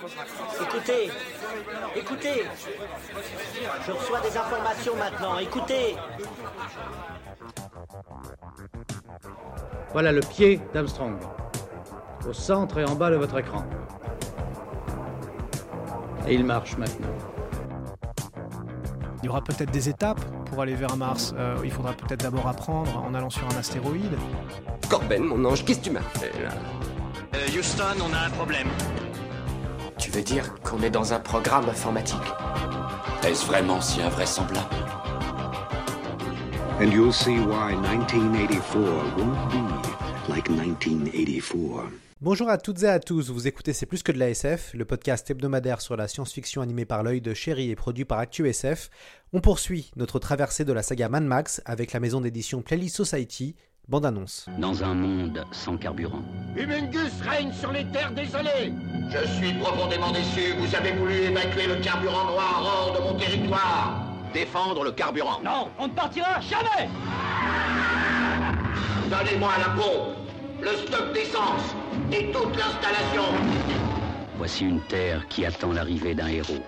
Écoutez, écoutez. Je reçois des informations maintenant, écoutez. Voilà le pied d'Armstrong, au centre et en bas de votre écran. Et il marche maintenant. Il y aura peut-être des étapes pour aller vers Mars. Il faudra peut-être d'abord apprendre en allant sur un astéroïde. Corben, mon ange, qu'est-ce que tu m'as fait là ? Houston, on a un problème. Tu veux dire qu'on est dans un programme informatique ? Est-ce vraiment si invraisemblable ? And you'll see why 1984 won't be like 1984. Bonjour à toutes et à tous, vous écoutez C'est plus que de la SF, le podcast hebdomadaire sur la science-fiction animé par l'œil de Chéri et produit par ActuSF. On poursuit notre traversée de la saga Mad Max avec la maison d'édition Playlist Society. Bande-annonce. Dans un monde sans carburant. Humungus règne sur les terres désolées. Je suis profondément déçu. Vous avez voulu évacuer le carburant noir hors de mon territoire. Défendre le carburant. Non, on ne partira jamais. Donnez-moi la pompe, le stock d'essence et toute l'installation. Voici une terre qui attend l'arrivée d'un héros.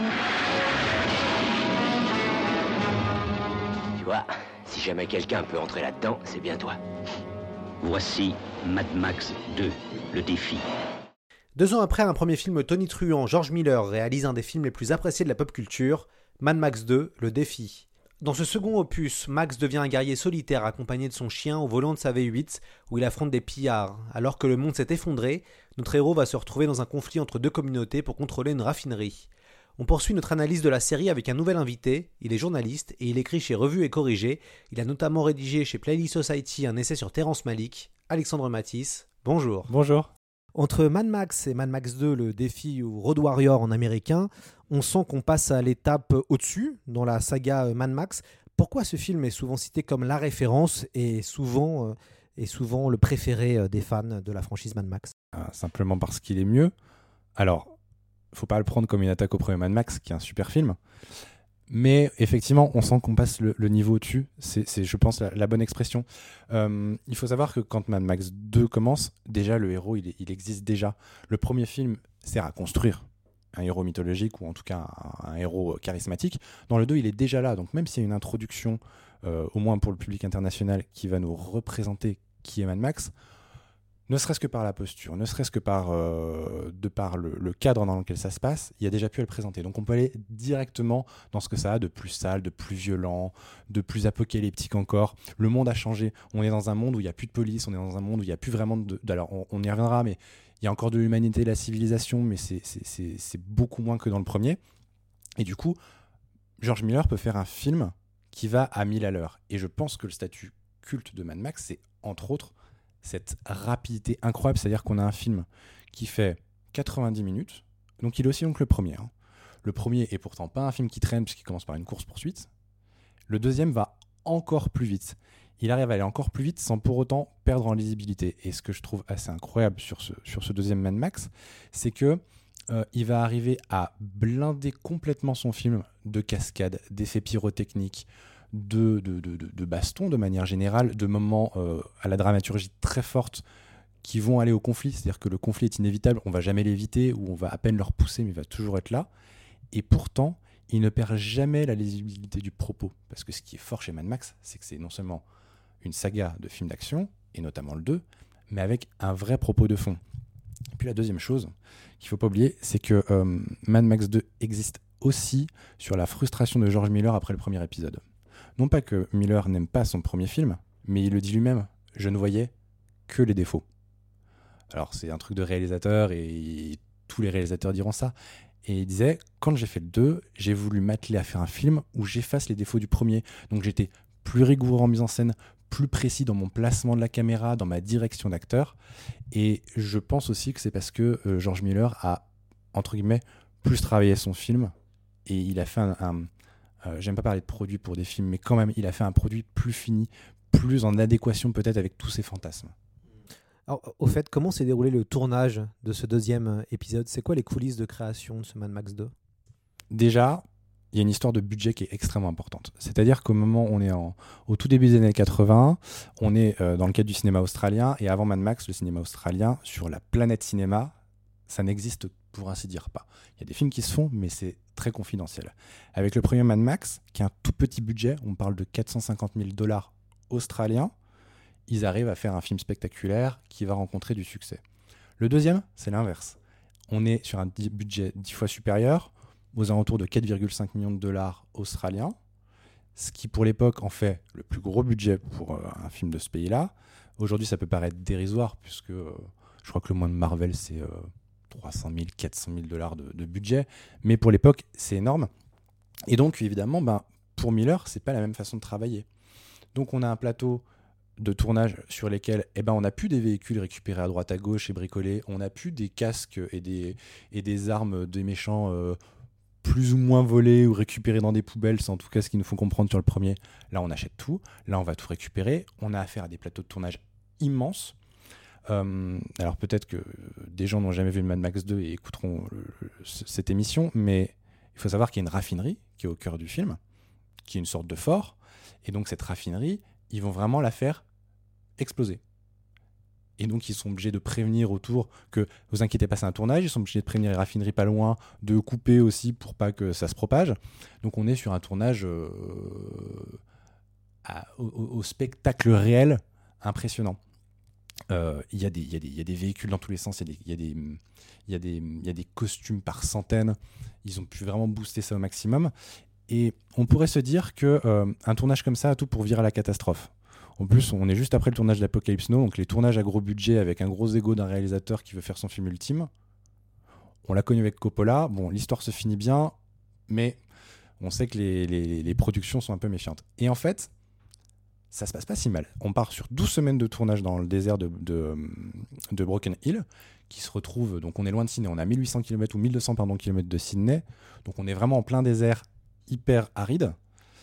Tu vois, si jamais quelqu'un peut entrer là-dedans, c'est bien toi. Voici Mad Max 2, le défi. 2 ans après un premier film tonitruant, George Miller réalise un des films les plus appréciés de la pop culture, Mad Max 2, le défi. Dans ce second opus, Max devient un guerrier solitaire accompagné de son chien au volant de sa V8 où il affronte des pillards. Alors que le monde s'est effondré, notre héros va se retrouver dans un conflit entre deux communautés pour contrôler une raffinerie. On poursuit notre analyse de la série avec un nouvel invité. Il est journaliste et il écrit chez Revue et Corrigé. Il a notamment rédigé chez Playlist Society un essai sur Terrence Malick. Alexandre Matisse, bonjour. Bonjour. Entre Mad Max et Mad Max 2, le défi ou Road Warrior en américain, on sent qu'on passe à l'étape au-dessus dans la saga Mad Max. Pourquoi ce film est souvent cité comme la référence et souvent le préféré des fans de la franchise Mad Max ? Simplement parce qu'il est mieux. Alors, faut pas le prendre comme une attaque au premier Mad Max, qui est un super film. Mais effectivement, on sent qu'on passe le niveau au-dessus. C'est, je pense, la bonne expression. Il faut savoir que quand Mad Max 2 commence, déjà, le héros, il existe déjà. Le premier film sert à construire un héros mythologique, ou en tout cas un héros charismatique. Dans le 2, il est déjà là. Donc même s'il y a une introduction, au moins pour le public international, qui va nous représenter qui est Mad Max, ne serait-ce que par la posture, ne serait-ce que par le cadre dans lequel ça se passe, il y a déjà pu à le présenter. Donc on peut aller directement dans ce que ça a de plus sale, de plus violent, de plus apocalyptique encore. Le monde a changé. On est dans un monde où il n'y a plus de police, on est dans un monde où il n'y a plus vraiment alors on y reviendra, mais il y a encore de l'humanité, de la civilisation, mais c'est beaucoup moins que dans le premier. Et du coup, George Miller peut faire un film qui va à 1000 à l'heure. Et je pense que le statut culte de Mad Max, c'est entre autres cette rapidité incroyable, c'est-à-dire qu'on a un film qui fait 90 minutes, donc il est aussi long que le premier. Le premier est pourtant pas un film qui traîne puisqu'il commence par une course-poursuite. Le deuxième va encore plus vite. Il arrive à aller encore plus vite sans pour autant perdre en lisibilité. Et ce que je trouve assez incroyable sur ce deuxième Mad Max, c'est que il va arriver à blinder complètement son film de cascades, d'effets pyrotechniques, de baston de manière générale, de moments à la dramaturgie très forte qui vont aller au conflit, c'est-à-dire que le conflit est inévitable, on va jamais l'éviter ou on va à peine le repousser mais il va toujours être là, et pourtant il ne perd jamais la lisibilité du propos, parce que ce qui est fort chez Mad Max, c'est que c'est non seulement une saga de films d'action, et notamment le 2, mais avec un vrai propos de fond. Et puis la deuxième chose qu'il ne faut pas oublier, c'est que Mad Max 2 existe aussi sur la frustration de George Miller après le premier épisode. Non pas que Miller n'aime pas son premier film, mais il le dit lui-même, je ne voyais que les défauts. Alors c'est un truc de réalisateur et tous les réalisateurs diront ça. Et il disait, quand j'ai fait le 2, j'ai voulu m'atteler à faire un film où j'efface les défauts du premier. Donc j'étais plus rigoureux en mise en scène, plus précis dans mon placement de la caméra, dans ma direction d'acteur. Et je pense aussi que c'est parce que George Miller a, entre guillemets, plus travaillé son film et il a fait j'aime pas parler de produit pour des films, mais quand même, il a fait un produit plus fini, plus en adéquation peut-être avec tous ses fantasmes. Alors, au fait, comment s'est déroulé le tournage de ce deuxième épisode ? C'est quoi les coulisses de création de ce Mad Max 2 ? Déjà, il y a une histoire de budget qui est extrêmement importante. C'est-à-dire qu'au moment où on est au tout début des années 80, on est dans le cadre du cinéma australien, et avant Mad Max, le cinéma australien, sur la planète cinéma, Ça n'existe pour ainsi dire pas. Il y a des films qui se font, mais c'est très confidentiel. Avec le premier Mad Max, qui a un tout petit budget, on parle de 450 000 $ australiens, ils arrivent à faire un film spectaculaire qui va rencontrer du succès. Le deuxième, c'est l'inverse. On est sur un budget 10 fois supérieur, aux alentours de 4,5 millions de $ australiens, ce qui pour l'époque en fait le plus gros budget pour un film de ce pays-là. Aujourd'hui, ça peut paraître dérisoire, puisque je crois que le moins de Marvel, c'est 300 000, 400 000 $ de budget, mais pour l'époque, c'est énorme. Et donc, évidemment, pour Miller, c'est pas la même façon de travailler. Donc, on a un plateau de tournage sur lesquels on n'a plus des véhicules récupérés à droite à gauche et bricolés, on n'a plus des casques et des armes des méchants plus ou moins volés ou récupérés dans des poubelles, c'est en tout cas ce qu'ils nous font comprendre sur le premier. Là, on achète tout, là, on va tout récupérer, on a affaire à des plateaux de tournage immenses. Alors peut-être que des gens n'ont jamais vu le Mad Max 2 et écouteront cette émission, mais il faut savoir qu'il y a une raffinerie qui est au cœur du film, qui est une sorte de fort, et donc cette raffinerie, ils vont vraiment la faire exploser. Et donc ils sont obligés de prévenir autour que, vous inquiétez pas, c'est un tournage, ils sont obligés de prévenir les raffineries pas loin, de couper aussi pour pas que ça se propage. Donc on est sur un tournage au spectacle réel impressionnant. Il y a des véhicules dans tous les sens, il y a des costumes par centaines, ils ont pu vraiment booster ça au maximum. Et on pourrait se dire qu'un tournage comme ça a tout pour virer à la catastrophe. En plus, on est juste après le tournage d'Apocalypse Now, donc les tournages à gros budget avec un gros ego d'un réalisateur qui veut faire son film ultime. On l'a connu avec Coppola. Bon, l'histoire se finit bien, mais on sait que les productions sont un peu méfiantes. Et en fait, ça se passe pas si mal. On part sur 12 semaines de tournage dans le désert de Broken Hill, qui se retrouve, donc on est loin de Sydney, on est à 1800 km ou 1200 km de Sydney, donc on est vraiment en plein désert hyper aride,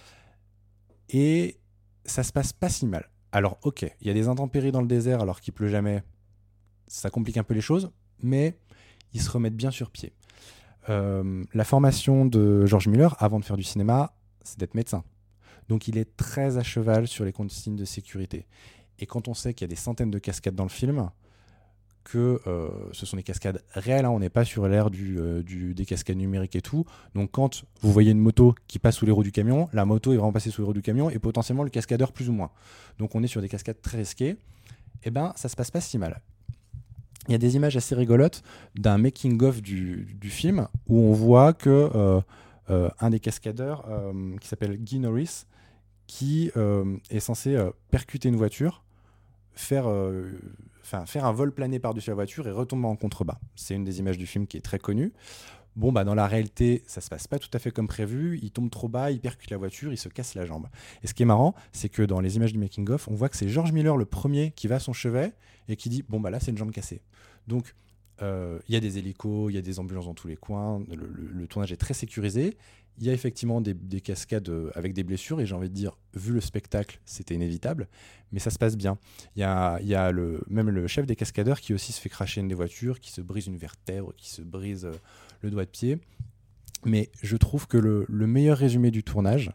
et ça se passe pas si mal. Alors ok, il y a des intempéries dans le désert alors qu'il pleut jamais, ça complique un peu les choses, mais ils se remettent bien sur pied. La formation de George Miller, avant de faire du cinéma, c'est d'être médecin. Donc il est très à cheval sur les consignes de sécurité. Et quand on sait qu'il y a des centaines de cascades dans le film, que ce sont des cascades réelles, on n'est pas sur l'ère des cascades numériques et tout. Donc quand vous voyez une moto qui passe sous les roues du camion, la moto est vraiment passée sous les roues du camion et potentiellement le cascadeur plus ou moins. Donc on est sur des cascades très risquées. Et ça se passe pas si mal. Il y a des images assez rigolotes d'un making-of du film où on voit que un des cascadeurs qui s'appelle Guy Norris, qui est censé percuter une voiture, faire un vol plané par-dessus la voiture et retomber en contrebas. C'est une des images du film qui est très connue. Bon, dans la réalité, ça se passe pas tout à fait comme prévu. Il tombe trop bas, il percute la voiture, il se casse la jambe. Et ce qui est marrant, c'est que dans les images du making-of, on voit que c'est George Miller le premier qui va à son chevet et qui dit « Bon, là, c'est une jambe cassée ». Donc, il y a des hélicos, il y a des ambulances dans tous les coins, le tournage est très sécurisé. Il y a effectivement des cascades avec des blessures, et j'ai envie de dire, vu le spectacle, c'était inévitable, mais ça se passe bien. Il y a même le chef des cascadeurs qui aussi se fait cracher une des voitures, qui se brise une vertèbre, qui se brise le doigt de pied. Mais je trouve que le meilleur résumé du tournage,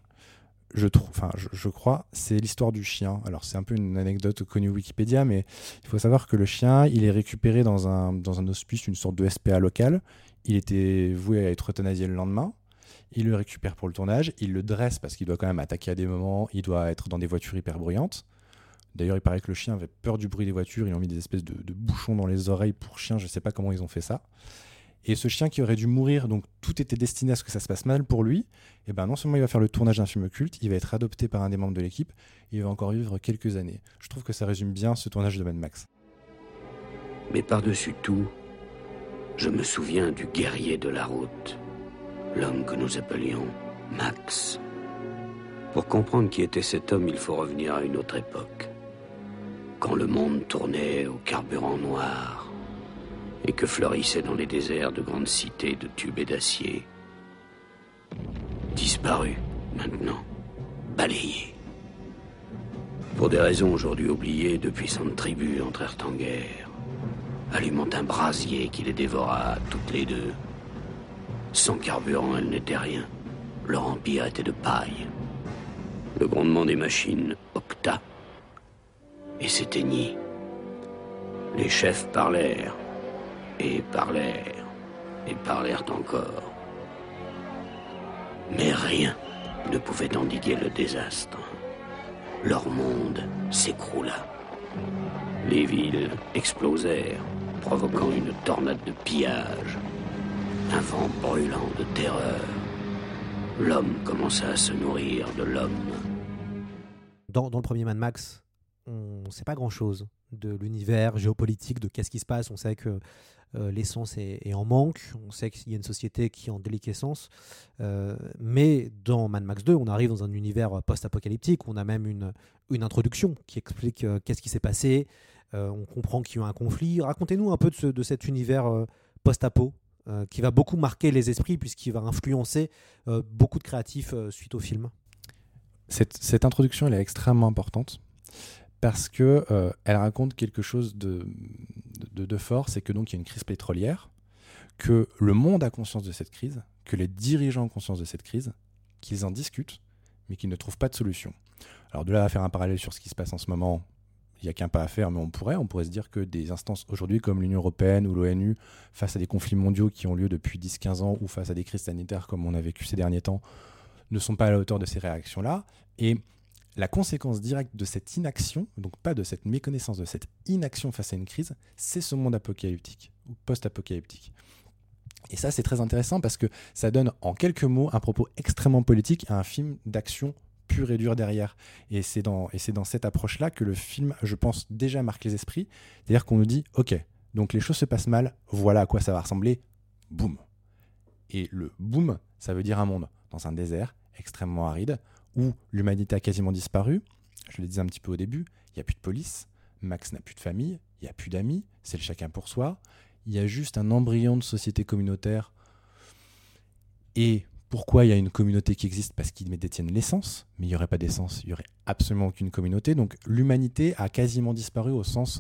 je crois, c'est l'histoire du chien. Alors c'est un peu une anecdote connue Wikipédia, mais il faut savoir que le chien, il est récupéré dans un hospice, une sorte de SPA local. Il était voué à être euthanasié le lendemain. Il le récupère pour le tournage, il le dresse parce qu'il doit quand même attaquer à des moments, il doit être dans des voitures hyper bruyantes. D'ailleurs, il paraît que le chien avait peur du bruit des voitures, ils ont mis des espèces de bouchons dans les oreilles pour chien, je ne sais pas comment ils ont fait ça. Et ce chien qui aurait dû mourir, donc tout était destiné à ce que ça se passe mal pour lui, et non seulement il va faire le tournage d'un film culte, il va être adopté par un des membres de l'équipe, et il va encore vivre quelques années. Je trouve que ça résume bien ce tournage de Mad Max. Mais par-dessus tout, je me souviens du guerrier de la route. L'homme que nous appelions Max. Pour comprendre qui était cet homme, il faut revenir à une autre époque. Quand le monde tournait au carburant noir et que fleurissaient dans les déserts de grandes cités de tubes et d'acier. Disparu, maintenant, balayé. Pour des raisons aujourd'hui oubliées, de puissantes tribus entrèrent en guerre, allumant un brasier qui les dévora toutes les deux. Sans carburant, elles n'étaient rien. Leur empire était de paille. Le grondement des machines octa et s'éteignit. Les chefs parlèrent Et parlèrent encore. Mais rien ne pouvait endiguer le désastre. Leur monde s'écroula. Les villes explosèrent, provoquant une tornade de pillage. Un vent brûlant de terreur. L'homme commença à se nourrir de l'homme. Dans le premier Mad Max, on ne sait pas grand-chose de l'univers géopolitique, de qu'est-ce qui se passe. On sait que l'essence est en manque, on sait qu'il y a une société qui est en déliquescence, mais dans Mad Max 2, on arrive dans un univers post-apocalyptique, on a même une introduction qui explique qu'est-ce qui s'est passé, on comprend qu'il y a eu un conflit. Racontez-nous un peu de cet univers post-apo qui va beaucoup marquer les esprits puisqu'il va influencer beaucoup de créatifs suite au film. Cette introduction, elle est extrêmement importante parce que elle raconte quelque chose de fort, c'est que donc il y a une crise pétrolière, que le monde a conscience de cette crise, que les dirigeants ont conscience de cette crise, qu'ils en discutent, mais qu'ils ne trouvent pas de solution. Alors de là à faire un parallèle sur ce qui se passe en ce moment, il n'y a qu'un pas à faire, mais on pourrait se dire que des instances aujourd'hui comme l'Union européenne ou l'ONU, face à des conflits mondiaux qui ont lieu depuis 10-15 ans ou face à des crises sanitaires comme on a vécu ces derniers temps, ne sont pas à la hauteur de ces réactions-là. Et la conséquence directe de cette inaction, donc pas de cette méconnaissance, de cette inaction face à une crise, c'est ce monde apocalyptique ou post-apocalyptique. Et ça, c'est très intéressant parce que ça donne en quelques mots un propos extrêmement politique à un film d'action pur et dur derrière. Et c'est dans cette approche-là que le film, je pense, déjà marque les esprits. C'est-à-dire qu'on nous dit, ok, donc les choses se passent mal, voilà à quoi ça va ressembler, boum. Et le boum, ça veut dire un monde dans un désert extrêmement aride, où l'humanité a quasiment disparu. Je le disais un petit peu au début, il n'y a plus de police, Max n'a plus de famille, il n'y a plus d'amis, c'est le chacun pour soi, il y a juste un embryon de société communautaire. Et pourquoi il y a une communauté qui existe ? Parce qu'ils détiennent l'essence, mais il n'y aurait pas d'essence, il n'y aurait absolument aucune communauté. Donc l'humanité a quasiment disparu au sens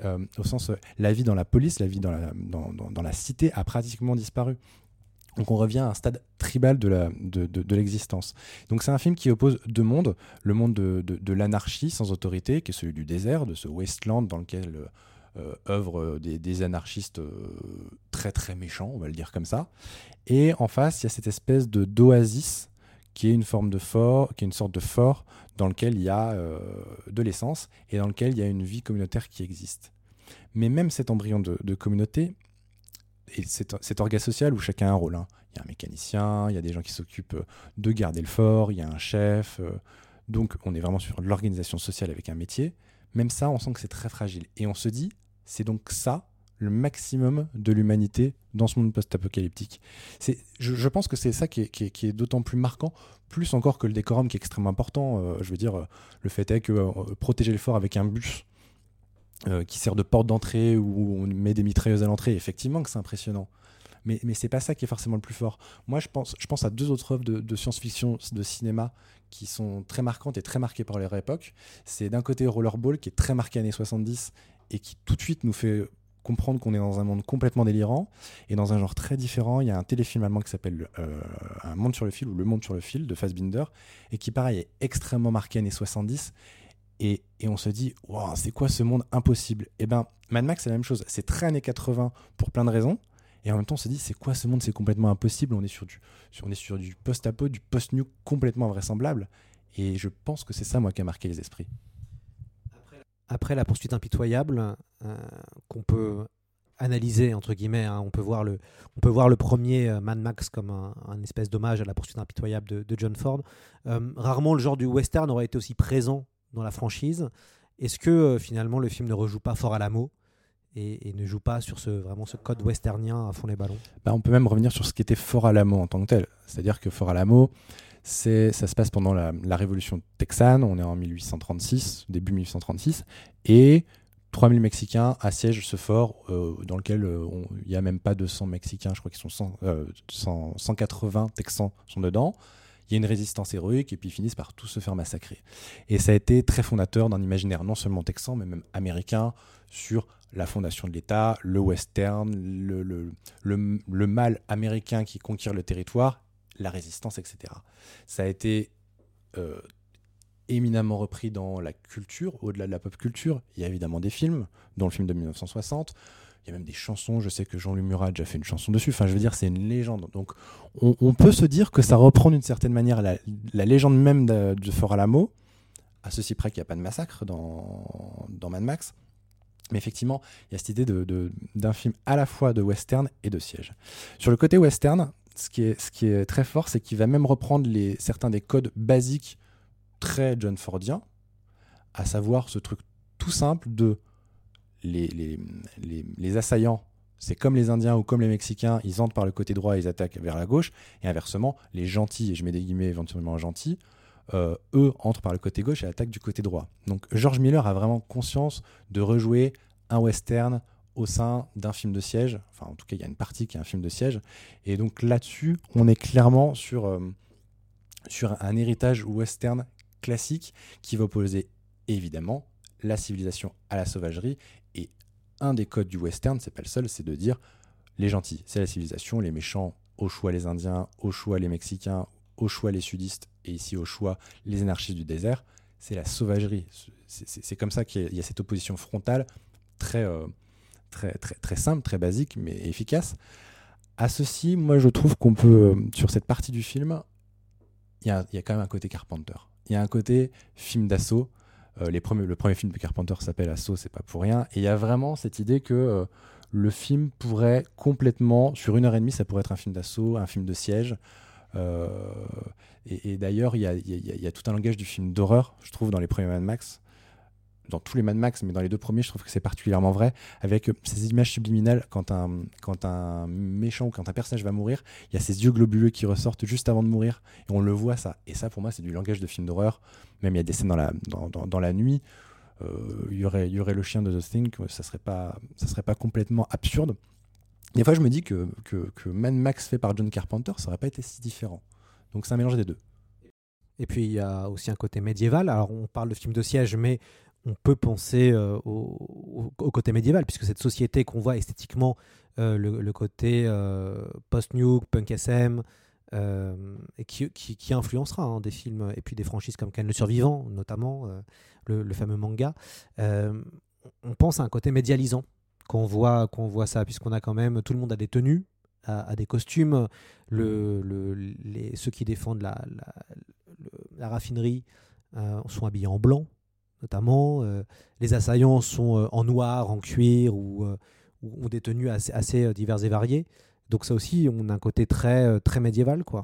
la vie dans la police, la vie dans la cité a pratiquement disparu. Donc on revient à un stade tribal de l'existence. Donc c'est un film qui oppose deux mondes, le monde de l'anarchie sans autorité, qui est celui du désert, de ce wasteland dans lequel œuvrent des anarchistes très très méchants, on va le dire comme ça. Et en face, il y a cette espèce d'oasis qui est une forme de fort, qui est une sorte de fort dans lequel il y a de l'essence et dans lequel il y a une vie communautaire qui existe. Mais même cet embryon de communauté, et cet organe social où chacun a un rôle. Il y a un mécanicien, il y a des gens qui s'occupent de garder le fort, il y a un chef. Donc on est vraiment sur l'organisation sociale avec un métier. Même ça, on sent que c'est très fragile. Et on se dit, c'est donc ça, le maximum de l'humanité dans ce monde post-apocalyptique. Je pense que c'est ça qui est d'autant plus marquant, plus encore que le décorum qui est extrêmement important. Je veux dire, le fait est que protéger le fort avec un bus qui sert de porte d'entrée où on met des mitrailleuses à l'entrée, effectivement que c'est impressionnant. Mais c'est pas ça qui est forcément le plus fort. Moi, je pense à deux autres œuvres de science-fiction, de cinéma, qui sont très marquantes et très marquées par leur époque. C'est d'un côté Rollerball, qui est très marqué années 70 et qui tout de suite nous fait comprendre qu'on est dans un monde complètement délirant. Et dans un genre très différent, il y a un téléfilm allemand qui s'appelle Un monde sur le fil ou Le monde sur le fil de Fassbinder, et qui pareil est extrêmement marqué années 70. Et on se dit, wow, c'est quoi ce monde impossible ? Eh bien, Mad Max, c'est la même chose. C'est très années 80 pour plein de raisons. Et en même temps, on se dit, c'est quoi ce monde ? C'est complètement impossible. On est sur du post-apo, du post-nuke complètement invraisemblable. Et je pense que c'est ça, moi, qui a marqué les esprits. Après La poursuite impitoyable, qu'on peut analyser, entre guillemets, on peut voir le premier Mad Max comme un espèce d'hommage à La poursuite impitoyable de John Ford. Rarement le genre du western aurait été aussi présent dans la franchise. Est-ce que finalement le film ne rejoue pas Fort Alamo et ne joue pas sur ce code westernien à fond les ballons ? On peut même revenir sur ce qu'était Fort Alamo en tant que tel. C'est-à-dire que Fort Alamo, ça se passe pendant la révolution texane, on est en 1836, début 1836, et 3000 Mexicains assiègent ce fort dans lequel il n'y a même pas 200 Mexicains, je crois qu'ils sont 180 Texans sont dedans. Il y a une résistance héroïque et puis ils finissent par tous se faire massacrer. Et ça a été très fondateur d'un imaginaire non seulement texan, mais même américain sur la fondation de l'État, le western, le mal américain qui conquiert le territoire, la résistance, etc. Ça a été éminemment repris dans la culture, au-delà de la pop culture. Il y a évidemment des films, dont le film de 1960. Il y a même des chansons, je sais que Jean-Louis Murat a déjà fait une chanson dessus, enfin je veux dire c'est une légende. Donc on peut se dire que ça reprend d'une certaine manière la légende même de Fort Alamo, à ceci près qu'il n'y a pas de massacre dans Mad Max. Mais effectivement, il y a cette idée d'un film à la fois de western et de siège. Sur le côté western, ce qui est très fort, c'est qu'il va même reprendre certains des codes basiques très John Fordiens, à savoir ce truc tout simple de les assaillants, c'est comme les Indiens ou comme les Mexicains, ils entrent par le côté droit et ils attaquent vers la gauche, et inversement, les gentils, et je mets des guillemets éventuellement gentils, eux entrent par le côté gauche et attaquent du côté droit. Donc George Miller a vraiment conscience de rejouer un western au sein d'un film de siège, enfin en tout cas il y a une partie qui est un film de siège, et donc là-dessus on est clairement sur un héritage western classique qui va opposer évidemment la civilisation à la sauvagerie, et un des codes du western, c'est pas le seul, c'est de dire les gentils c'est la civilisation, les méchants au choix les Indiens, au choix les Mexicains, au choix les sudistes, et ici au choix les anarchistes du désert, c'est la sauvagerie. C'est comme ça qu'il y a cette opposition frontale très simple, très basique, mais efficace. À ceci, moi je trouve qu'on peut, sur cette partie du film, il y a quand même un côté Carpenter. Il y a un côté film d'assaut. Le premier film de Carpenter s'appelle Assaut, c'est pas pour rien. Et il y a vraiment cette idée que le film pourrait complètement, sur 1h30, ça pourrait être un film d'assaut, un film de siège. Et d'ailleurs, il y a tout un langage du film d'horreur, je trouve, dans les premiers Mad Max. Dans tous les Mad Max, mais dans les 2 premiers, je trouve que c'est particulièrement vrai, avec ces images subliminales quand un méchant ou quand un personnage va mourir, il y a ces yeux globuleux qui ressortent juste avant de mourir, et on le voit ça. Et ça, pour moi, c'est du langage de film d'horreur. Même il y a des scènes dans la nuit, il y aurait le chien de The Thing, ça serait pas complètement absurde. Des fois, je me dis que Mad Max fait par John Carpenter, ça aurait pas été si différent. Donc c'est un mélange des deux. Et puis il y a aussi un côté médiéval. Alors on parle de film de siège, mais on peut penser au côté médiéval, puisque cette société qu'on voit esthétiquement, le côté post-nuke, punk SM, et qui influencera des films et puis des franchises comme Ken le Survivant, notamment le fameux manga. On pense à un côté médialisant qu'on voit ça, puisqu'on a quand même, tout le monde a des tenues, a des costumes, ceux qui défendent la raffinerie sont habillés en blanc, notamment. Les assaillants sont en noir, en cuir, ou ont des tenues assez diverses et variées. Donc ça aussi, on a un côté très, très médiéval, quoi.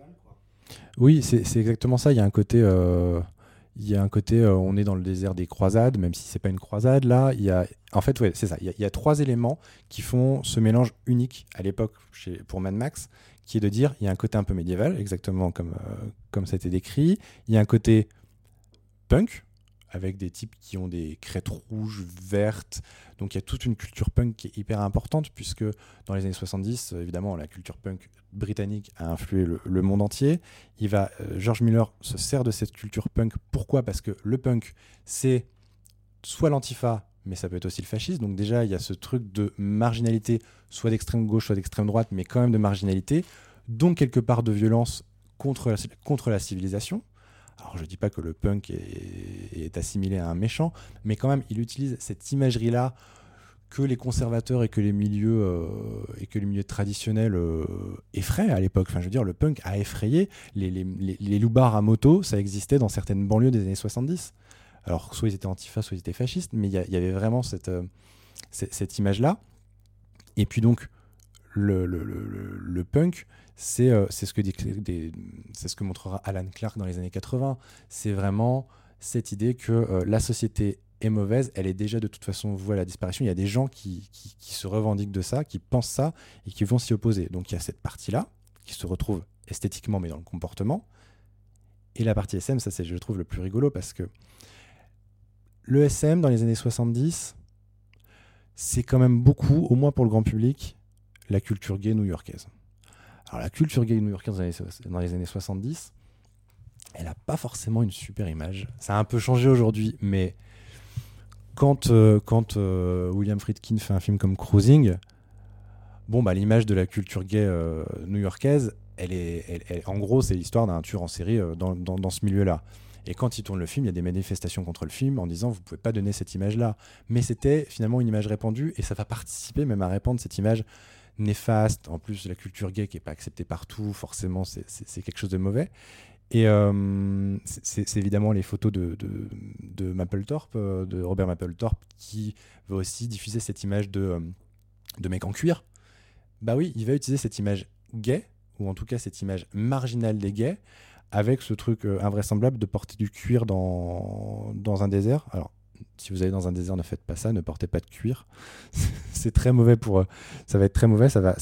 Oui, c'est exactement ça. Il y a un côté... on est dans le désert des croisades, même si c'est pas une croisade là. En fait, ouais, c'est ça. Il y a 3 éléments qui font ce mélange unique à l'époque pour Mad Max, qui est de dire il y a un côté un peu médiéval, exactement comme ça a été décrit. Il y a un côté punk, avec des types qui ont des crêtes rouges, vertes. Donc il y a toute une culture punk qui est hyper importante, puisque dans les années 70, évidemment, la culture punk britannique a influé le monde entier. George Miller se sert de cette culture punk. Pourquoi ? Parce que le punk, c'est soit l'antifa, mais ça peut être aussi le fascisme. Donc déjà, il y a ce truc de marginalité, soit d'extrême gauche, soit d'extrême droite, mais quand même de marginalité, donc quelque part de violence contre la civilisation. Alors je ne dis pas que le punk est assimilé à un méchant, mais quand même, il utilise cette imagerie-là que les conservateurs et que les milieux traditionnels effraient à l'époque. Enfin, je veux dire, le punk a effrayé. Les loupards à moto, ça existait dans certaines banlieues des années 70. Alors, soit ils étaient antifa, soit ils étaient fascistes, mais il y avait vraiment cette image-là. Et puis donc, le punk, c'est ce que montrera Alan Clark dans les années 80. C'est vraiment cette idée que la société est mauvaise, elle est déjà de toute façon vouée à la disparition. Il y a des gens qui se revendiquent de ça, qui pensent ça et qui vont s'y opposer. Donc il y a cette partie-là qui se retrouve esthétiquement mais dans le comportement. Et la partie SM, ça c'est, je trouve, le plus rigolo, parce que le SM dans les années 70, c'est quand même beaucoup, au moins pour le grand public, la culture gay new-yorkaise. Alors la culture gay new-yorkaise dans les années 70, elle n'a pas forcément une super image. Ça a un peu changé aujourd'hui, mais quand William Friedkin fait un film comme Cruising, l'image de la culture gay new-yorkaise, elle en gros, c'est l'histoire d'un tueur en série dans ce milieu-là. Et quand ils tournent le film, il y a des manifestations contre le film en disant vous pouvez pas donner cette image-là. Mais c'était finalement une image répandue et ça va participer même à répandre cette image néfaste. En plus, la culture gay qui est pas acceptée partout, forcément, c'est quelque chose de mauvais. Et c'est évidemment les photos de Mapplethorpe, de Robert Mapplethorpe, qui va aussi diffuser cette image de mec en cuir. Bah oui, il va utiliser cette image gay, ou en tout cas cette image marginale des gays, avec ce truc invraisemblable de porter du cuir dans un désert. Alors, si vous allez dans un désert, ne faites pas ça, ne portez pas de cuir. C'est très mauvais ça va être très mauvais, ça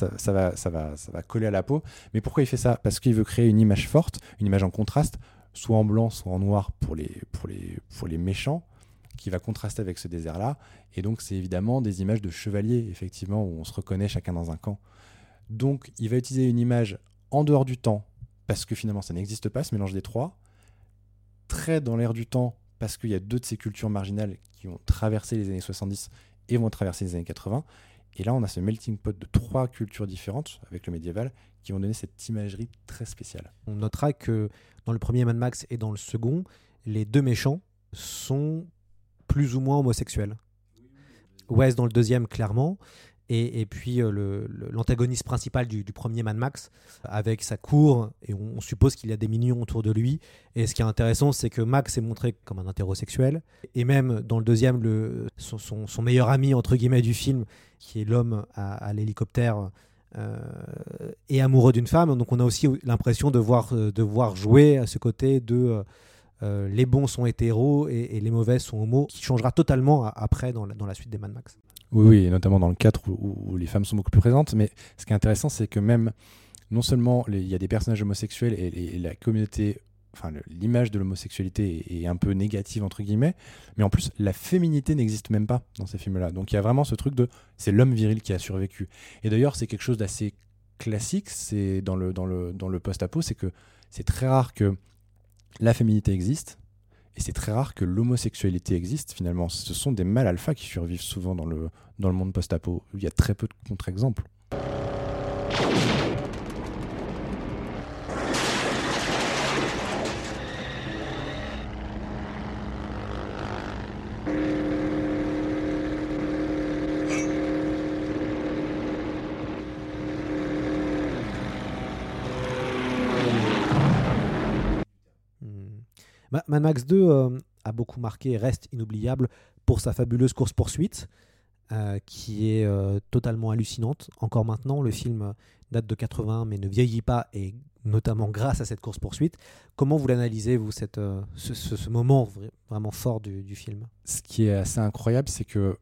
va coller à la peau. Mais pourquoi il fait ça ? Parce qu'il veut créer une image forte, une image en contraste, soit en blanc, soit en noir pour les méchants, qui va contraster avec ce désert-là. Et donc, c'est évidemment des images de chevaliers, effectivement, où on se reconnaît chacun dans un camp. Donc, il va utiliser une image en dehors du temps, parce que finalement, ça n'existe pas, ce mélange des trois. Très dans l'air du temps, parce qu'il y a deux de ces cultures marginales qui ont traversé les années 70 et vont traverser les années 80. Et là, on a ce melting pot de trois cultures différentes, avec le médiéval, qui vont donner cette imagerie très spéciale. On notera que dans le premier Mad Max et dans le second, les deux méchants sont plus ou moins homosexuels. Wes dans le deuxième, clairement. Et puis l'antagoniste principal du premier Mad Max, avec sa cour, et on suppose qu'il y a des minions autour de lui. Et ce qui est intéressant, c'est que Max est montré comme un hétérosexuel. Et même dans le deuxième, son meilleur ami, entre guillemets, du film, qui est l'homme à l'hélicoptère, est amoureux d'une femme. Donc on a aussi l'impression de voir jouer à ce côté de... les bons sont hétéros et les mauvais sont homos, qui changera totalement après dans la suite des Mad Max. Oui, et notamment dans le 4 où les femmes sont beaucoup plus présentes. Mais ce qui est intéressant, c'est que même, non seulement il y a des personnages homosexuels et la communauté, enfin l'image de l'homosexualité est un peu négative, entre guillemets, mais en plus, la féminité n'existe même pas dans ces films-là. Donc il y a vraiment ce truc c'est l'homme viril qui a survécu. Et d'ailleurs, c'est quelque chose d'assez classique, c'est dans le post-apo, c'est que c'est très rare que la féminité existe. Et c'est très rare que l'homosexualité existe, finalement. Ce sont des mâles alpha qui survivent souvent dans le monde post-apo. Il y a très peu de contre-exemples. Mad Max 2 a beaucoup marqué et reste inoubliable pour sa fabuleuse course-poursuite, qui est totalement hallucinante. Encore maintenant, le film date de 81 mais ne vieillit pas, et notamment grâce à cette course-poursuite. Comment vous l'analysez, vous, ce moment vraiment fort du film ? Ce qui est assez incroyable, c'est que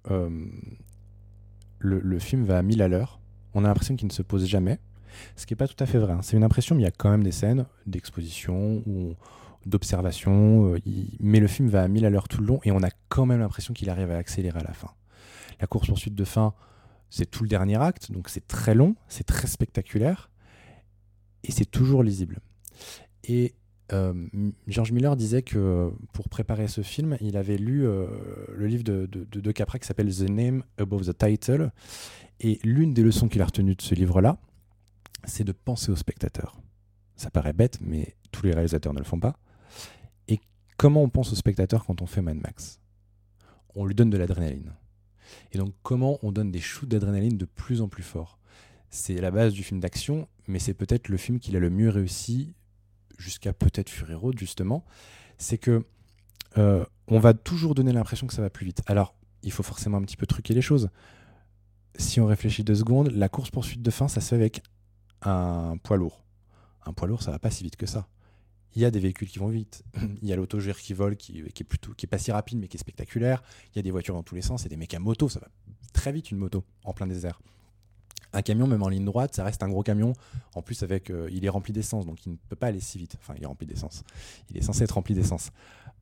le film va à 1000 à l'heure. On a l'impression qu'il ne se pose jamais, ce qui n'est pas tout à fait vrai. C'est une impression, mais il y a quand même des scènes d'exposition d'observation, mais le film va à 1000 à l'heure tout le long et on a quand même l'impression qu'il arrive à accélérer à la fin. La course-poursuite de fin, c'est tout le dernier acte, donc c'est très long, c'est très spectaculaire et c'est toujours lisible. Et George Miller disait que pour préparer ce film, il avait lu le livre de Capra qui s'appelle The Name Above the Title, et l'une des leçons qu'il a retenues de ce livre-là, c'est de penser au spectateur. Ça paraît bête, mais tous les réalisateurs ne le font pas. Et comment on pense au spectateur quand on fait Mad Max ? On lui donne de l'adrénaline. Et donc, comment on donne des shoots d'adrénaline de plus en plus forts ? C'est la base du film d'action, mais c'est peut-être le film qu'il a le mieux réussi, jusqu'à peut-être Fury Road, justement. C'est que on va toujours donner l'impression que ça va plus vite. Alors, il faut forcément un petit peu truquer les choses. Si on réfléchit 2 secondes, la course-poursuite de fin, ça se fait avec un poids lourd. Un poids lourd, ça va pas si vite que ça. Il y a des véhicules qui vont vite. Il y a l'autogère qui vole, qui est pas si rapide, mais qui est spectaculaire. Il y a des voitures dans tous les sens. Il y a des mecs à moto. Ça va très vite, une moto, en plein désert. Un camion, même en ligne droite, ça reste un gros camion. En plus, il est rempli d'essence, donc il ne peut pas aller si vite. Enfin, il est rempli d'essence. Il est censé être rempli d'essence.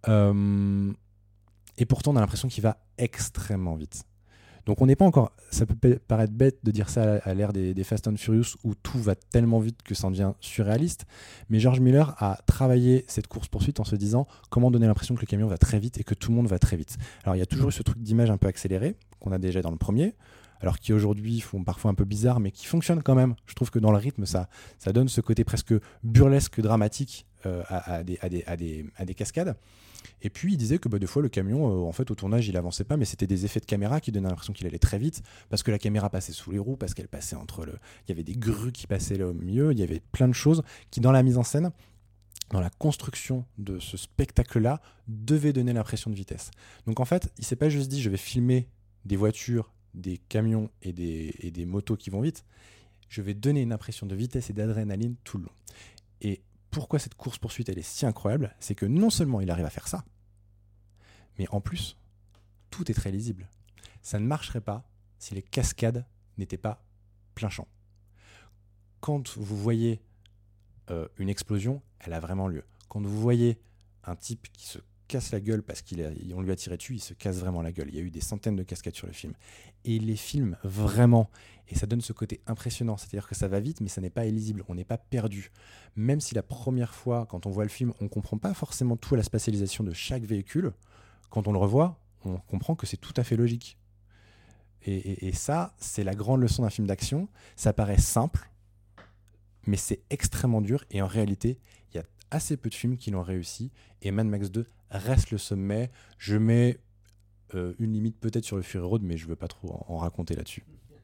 Et pourtant, on a l'impression qu'il va extrêmement vite. Donc on n'est pas encore... Ça peut paraître bête de dire ça à l'ère des Fast and Furious où tout va tellement vite que ça en devient surréaliste. Mais George Miller a travaillé cette course-poursuite en se disant comment donner l'impression que le camion va très vite et que tout le monde va très vite. Alors il y a toujours eu ce truc d'image un peu accélérée qu'on a déjà dans le premier, alors qui aujourd'hui font parfois un peu bizarre, mais qui fonctionne quand même. Je trouve que dans le rythme, ça donne ce côté presque burlesque, dramatique à des cascades. Et puis il disait que des fois le camion, en fait au tournage il avançait pas, mais c'était des effets de caméra qui donnaient l'impression qu'il allait très vite, parce que la caméra passait sous les roues, parce qu'elle passait il y avait des grues qui passaient là au milieu, il y avait plein de choses qui dans la mise en scène, dans la construction de ce spectacle-là, devaient donner l'impression de vitesse. Donc en fait, il s'est pas juste dit je vais filmer des voitures, des camions et des motos qui vont vite, je vais donner une impression de vitesse et d'adrénaline tout le long. Et pourquoi cette course-poursuite elle est si incroyable, c'est que non seulement il arrive à faire ça, mais en plus, tout est très lisible. Ça ne marcherait pas si les cascades n'étaient pas plein champ. Quand vous voyez une explosion, elle a vraiment lieu. Quand vous voyez un type qui se casse la gueule parce qu'on lui a tiré dessus, il se casse vraiment la gueule. Il y a eu des centaines de cascades sur le film. Et il les filme vraiment. Et ça donne ce côté impressionnant. C'est-à-dire que ça va vite, mais ça n'est pas illisible. On n'est pas perdu. Même si la première fois, quand on voit le film, on ne comprend pas forcément tout à la spatialisation de chaque véhicule, quand on le revoit, on comprend que c'est tout à fait logique. Et ça, c'est la grande leçon d'un film d'action. Ça paraît simple, mais c'est extrêmement dur. Et en réalité, il y a assez peu de films qui l'ont réussi. Et Mad Max 2 reste le sommet. Je mets une limite peut-être sur le Fury Road, mais je ne veux pas trop en raconter là-dessus.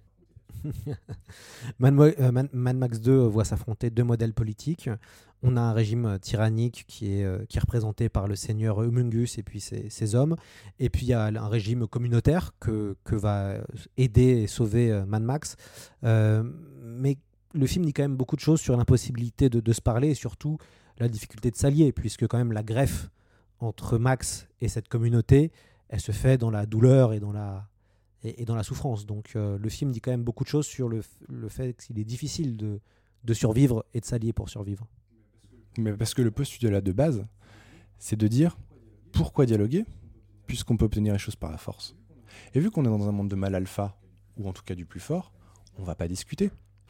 Mad Max 2 voit s'affronter deux modèles politiques. On a un régime tyrannique qui est représenté par le seigneur Humungus et puis ses hommes. Et puis il y a un régime communautaire que va aider et sauver Mad Max. Mais le film dit quand même beaucoup de choses sur l'impossibilité de se parler et surtout la difficulté de s'allier, puisque quand même la greffe entre Max et cette communauté, elle se fait dans la douleur et dans la souffrance. Donc le film dit quand même beaucoup de choses sur le fait qu'il est difficile de survivre et de s'allier pour survivre. Mais parce que le postulat de base, c'est de dire pourquoi dialoguer, puisqu'on peut obtenir les choses par la force. Et vu qu'on est dans un monde de mal alpha, ou en tout cas du plus fort, on va pas discuter.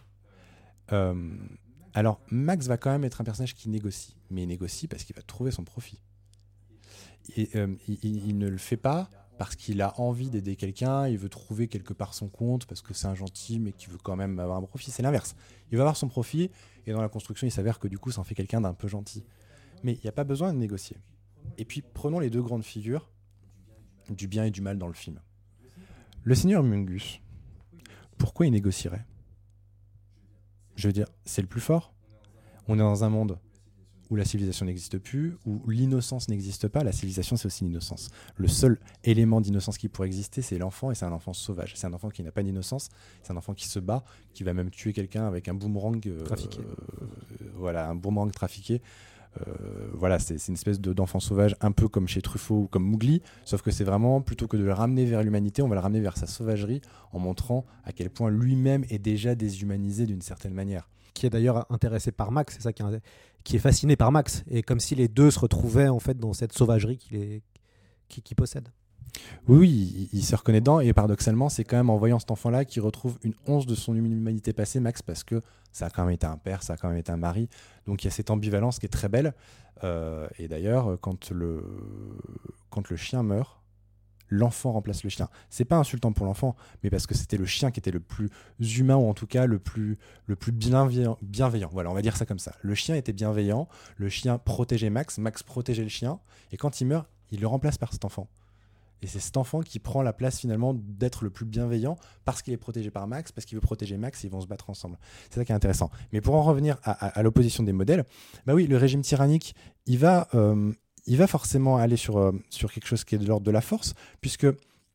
Alors Max va quand même être un personnage qui négocie, mais il négocie parce qu'il va trouver son profit. Et il ne le fait pas parce qu'il a envie d'aider quelqu'un, il veut trouver quelque part son compte, parce que c'est un gentil, mais qui veut quand même avoir un profit. C'est l'inverse. Il va avoir son profit, et dans la construction, il s'avère que du coup, ça en fait quelqu'un d'un peu gentil. Mais il n'y a pas besoin de négocier. Et puis, prenons les deux grandes figures du bien et du mal dans le film. Le seigneur Mungus, pourquoi il négocierait ? Je veux dire, c'est le plus fort. On est dans un monde où la civilisation n'existe plus, où l'innocence n'existe pas. La civilisation, c'est aussi l'innocence. Le seul élément d'innocence qui pourrait exister, c'est l'enfant, et c'est un enfant sauvage. C'est un enfant qui n'a pas d'innocence, c'est un enfant qui se bat, qui va même tuer quelqu'un avec un boomerang trafiqué. Voilà, un boomerang trafiqué. Voilà, c'est une espèce d'enfant sauvage, un peu comme chez Truffaut ou comme Mowgli, sauf que c'est vraiment, plutôt que de le ramener vers l'humanité, on va le ramener vers sa sauvagerie, en montrant à quel point lui-même est déjà déshumanisé d'une certaine manière. Qui est d'ailleurs intéressé par Max, c'est ça qui est fasciné par Max, et comme si les deux se retrouvaient en fait dans cette sauvagerie qu'il possède. Oui, il se reconnaît dedans, et paradoxalement, c'est quand même en voyant cet enfant-là qu'il retrouve une once de son humanité passée, Max, parce que ça a quand même été un père, ça a quand même été un mari, donc il y a cette ambivalence qui est très belle. Et d'ailleurs, quand le chien meurt, l'enfant remplace le chien. C'est pas insultant pour l'enfant, mais parce que c'était le chien qui était le plus humain, ou en tout cas le plus bienveillant. Voilà, on va dire ça comme ça. Le chien était bienveillant, le chien protégeait Max, Max protégeait le chien, et quand il meurt, il le remplace par cet enfant. Et c'est cet enfant qui prend la place finalement d'être le plus bienveillant parce qu'il est protégé par Max, parce qu'il veut protéger Max, et ils vont se battre ensemble. C'est ça qui est intéressant. Mais pour en revenir à l'opposition des modèles, bah oui, le régime tyrannique, il va forcément aller sur quelque chose qui est de l'ordre de la force, puisque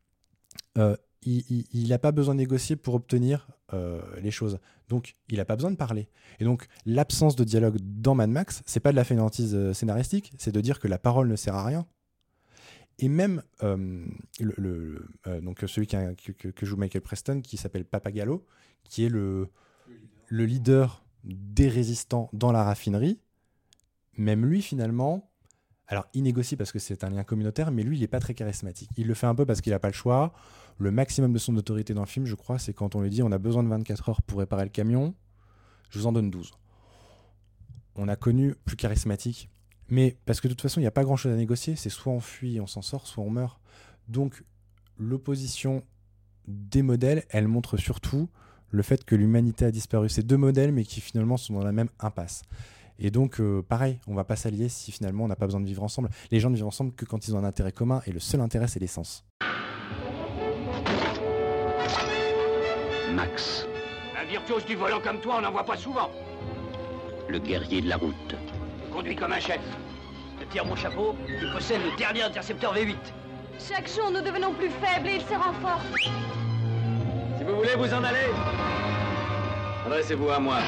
il n'a pas besoin de négocier pour obtenir les choses. Donc, il n'a pas besoin de parler. Et donc, l'absence de dialogue dans Mad Max, c'est pas de la fainéantise scénaristique, c'est de dire que la parole ne sert à rien. Et même donc celui que joue Michael Preston, qui s'appelle Papagallo, qui est le leader des résistants dans la raffinerie, même lui, finalement, alors il négocie parce que c'est un lien communautaire, mais lui, il n'est pas très charismatique. Il le fait un peu parce qu'il n'a pas le choix. Le maximum de son autorité dans le film, je crois, c'est quand on lui dit « on a besoin de 24 heures pour réparer le camion, je vous en donne 12 ». On a connu plus charismatique. Mais parce que de toute façon, il n'y a pas grand-chose à négocier. C'est soit on fuit et on s'en sort, soit on meurt. Donc, l'opposition des modèles, elle montre surtout le fait que l'humanité a disparu. C'est deux modèles, mais qui finalement sont dans la même impasse. Et donc, pareil, on va pas s'allier si finalement on n'a pas besoin de vivre ensemble. Les gens ne vivent ensemble que quand ils ont un intérêt commun, et le seul intérêt, c'est l'essence. Max, Un virtuose du volant comme toi, on n'en voit pas souvent. le guerrier de la route. Conduit comme un chef. Je tire mon chapeau, il possède le dernier intercepteur V8. Chaque jour, nous devenons plus faibles et il se renforce. Si vous voulez vous en aller, adressez-vous à moi.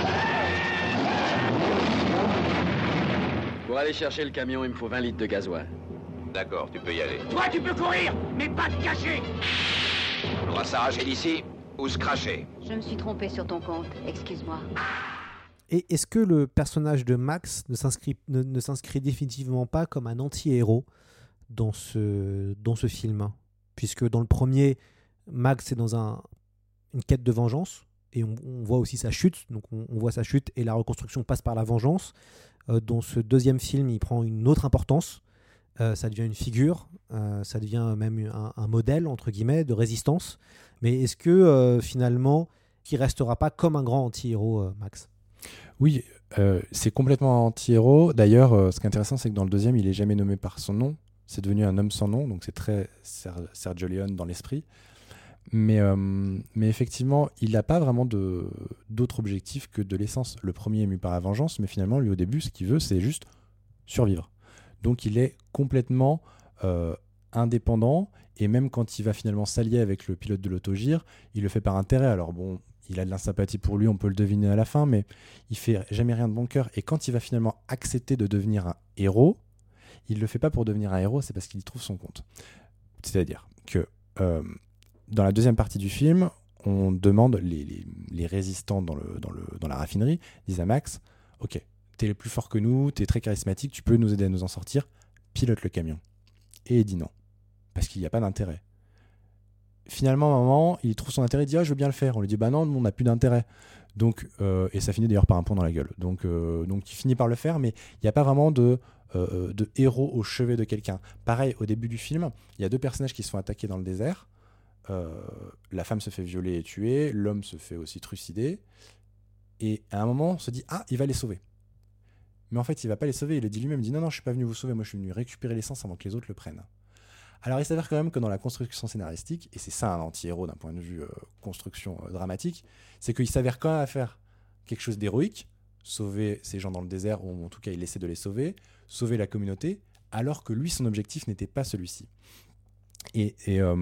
Pour aller chercher le camion, il me faut 20 litres de gasoil. D'accord, tu peux y aller. Toi, tu peux courir, mais pas te cacher. On aura s'arracher d'ici ou se cracher. Je me suis trompée sur ton compte, excuse-moi. Et est-ce que le personnage de Max ne s'inscrit définitivement pas comme un anti-héros dans ce film ? Puisque dans le premier, Max est dans une quête de vengeance, et on voit aussi sa chute, donc on voit sa chute, et la reconstruction passe par la vengeance. Dans ce deuxième film, il prend une autre importance, ça devient une figure, ça devient même un modèle, entre guillemets, de résistance. Mais est-ce que finalement, il ne restera pas comme un grand anti-héros, Max ? Oui, c'est complètement anti-héros. D'ailleurs, ce qui est intéressant, c'est que dans le deuxième, il n'est jamais nommé par son nom. C'est devenu un homme sans nom, donc c'est très Sergio Leone dans l'esprit. Mais effectivement, il n'a pas vraiment d'autre objectif que de l'essence. Le premier est mu par la vengeance, mais finalement, lui, au début, ce qu'il veut, c'est juste survivre. Donc, il est complètement indépendant, et même quand il va finalement s'allier avec le pilote de l'autogire, il le fait par intérêt. Alors bon, il a de l'insympathie pour lui, on peut le deviner à la fin, mais il fait jamais rien de bon cœur. Et quand il va finalement accepter de devenir un héros, il le fait pas pour devenir un héros, c'est parce qu'il y trouve son compte. C'est-à-dire que dans la deuxième partie du film, on demande, les résistants dans la raffinerie disent à Max, ok, t'es le plus fort que nous, t'es très charismatique, tu peux nous aider à nous en sortir, pilote le camion. Et il dit non, parce qu'il n'y a pas d'intérêt. Finalement, à un moment, il trouve son intérêt, il dit je veux bien le faire. On lui dit bah non, on n'a plus d'intérêt. Donc, et ça finit d'ailleurs par un pont dans la gueule. Donc il finit par le faire, mais il n'y a pas vraiment de héros au chevet de quelqu'un. Pareil, au début du film, il y a deux personnages qui se font attaquer dans le désert. La femme se fait violer et tuer, l'homme se fait aussi trucider. Et à un moment, on se dit il va les sauver. Mais en fait, il va pas les sauver. Il le dit lui-même, il dit non, je suis pas venu vous sauver, moi je suis venu récupérer l'essence avant que les autres le prennent. Alors il s'avère quand même que dans la construction scénaristique, et c'est ça un anti-héros d'un point de vue construction dramatique, c'est qu'il s'avère quand même à faire quelque chose d'héroïque, sauver ces gens dans le désert, ou en tout cas il essaie de les sauver la communauté, alors que lui son objectif n'était pas celui-ci. Et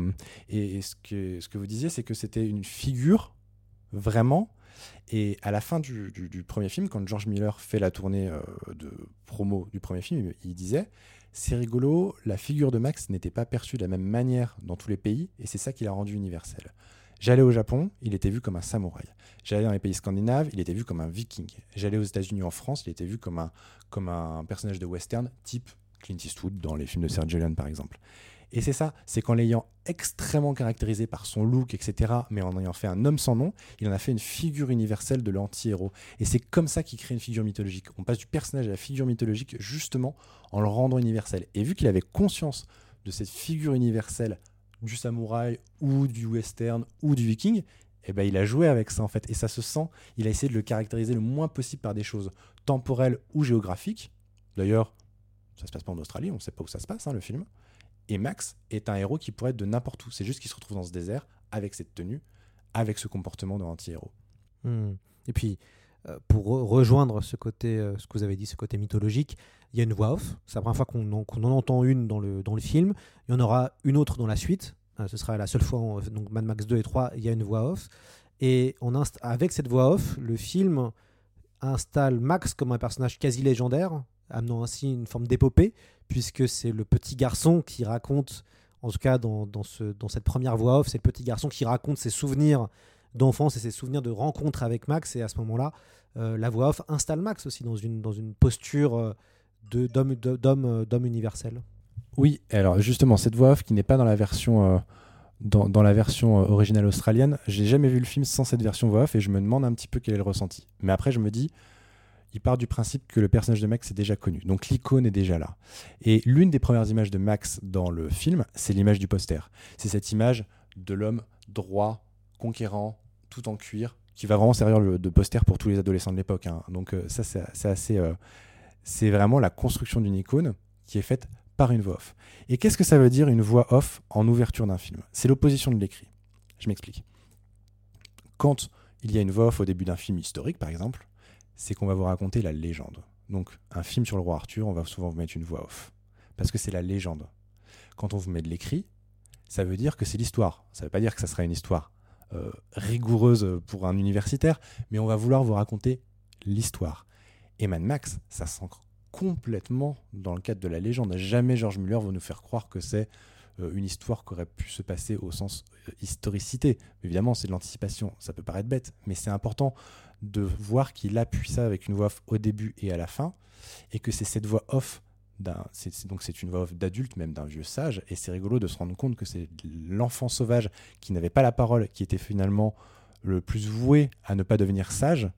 ce que vous disiez, c'est que c'était une figure vraiment. Et à la fin du premier film, quand George Miller fait la tournée de promo du premier film, il disait c'est rigolo, la figure de Max n'était pas perçue de la même manière dans tous les pays, et c'est ça qui l'a rendu universel. J'allais au Japon, il était vu comme un samouraï. J'allais dans les pays scandinaves, il était vu comme un viking. J'allais aux États-Unis ou en France, il était vu comme un personnage de western type Clint Eastwood dans les films de Sergio Leone par exemple. Et c'est ça, c'est qu'en l'ayant extrêmement caractérisé par son look, etc., mais en ayant fait un homme sans nom, il en a fait une figure universelle de l'anti-héros. Et c'est comme ça qu'il crée une figure mythologique. On passe du personnage à la figure mythologique justement en le rendant universel. Et vu qu'il avait conscience de cette figure universelle du samouraï ou du western ou du viking, eh ben, il a joué avec ça en fait. Et ça se sent, il a essayé de le caractériser le moins possible par des choses temporelles ou géographiques. D'ailleurs, ça se passe pas en Australie, on ne sait pas où ça se passe, le film. Et Max est un héros qui pourrait être de n'importe où. C'est juste qu'il se retrouve dans ce désert, avec cette tenue, avec ce comportement de anti-héros. Et puis, pour rejoindre ce côté, ce que vous avez dit, ce côté mythologique, il y a une voix off. C'est la première fois qu'on en entend une dans le film. Il y en aura une autre dans la suite. Ce sera la seule fois, donc Mad Max 2 et 3, il y a une voix off. Et avec cette voix off, le film installe Max comme un personnage quasi légendaire, amenant ainsi une forme d'épopée, puisque c'est le petit garçon qui raconte, en tout cas dans cette première voix off, c'est le petit garçon qui raconte ses souvenirs d'enfance et ses souvenirs de rencontre avec Max, et à ce moment-là, la voix off installe Max aussi dans une posture d'homme universel. Oui, alors justement, cette voix off qui n'est pas dans la version... Dans la version originale australienne, j'ai jamais vu le film sans cette version voix off et je me demande un petit peu quel est le ressenti. Mais après, je me dis, il part du principe que le personnage de Max est déjà connu, donc l'icône est déjà là. Et l'une des premières images de Max dans le film, c'est l'image du poster. C'est cette image de l'homme droit, conquérant, tout en cuir, qui va vraiment servir de poster pour tous les adolescents de l'époque. Hein. Donc ça, c'est assez... c'est vraiment la construction d'une icône qui est faite par une voix off. Et qu'est-ce que ça veut dire une voix off en ouverture d'un film ? C'est l'opposition de l'écrit. Je m'explique. Quand il y a une voix off au début d'un film historique, par exemple, c'est qu'on va vous raconter la légende. Donc, un film sur le roi Arthur, on va souvent vous mettre une voix off. Parce que c'est la légende. Quand on vous met de l'écrit, ça veut dire que c'est l'histoire. Ça ne veut pas dire que ça sera une histoire rigoureuse pour un universitaire, mais on va vouloir vous raconter l'histoire. Et Mad Max, ça s'ancre complètement dans le cadre de la légende. Jamais George Miller va nous faire croire que c'est une histoire qui aurait pu se passer au sens historicité. Évidemment, c'est de l'anticipation, ça peut paraître bête, mais c'est important de voir qu'il appuie ça avec une voix off au début et à la fin, et que c'est cette voix off, c'est une voix off d'adulte, même d'un vieux sage, et c'est rigolo de se rendre compte que c'est l'enfant sauvage qui n'avait pas la parole, qui était finalement le plus voué à ne pas devenir sage,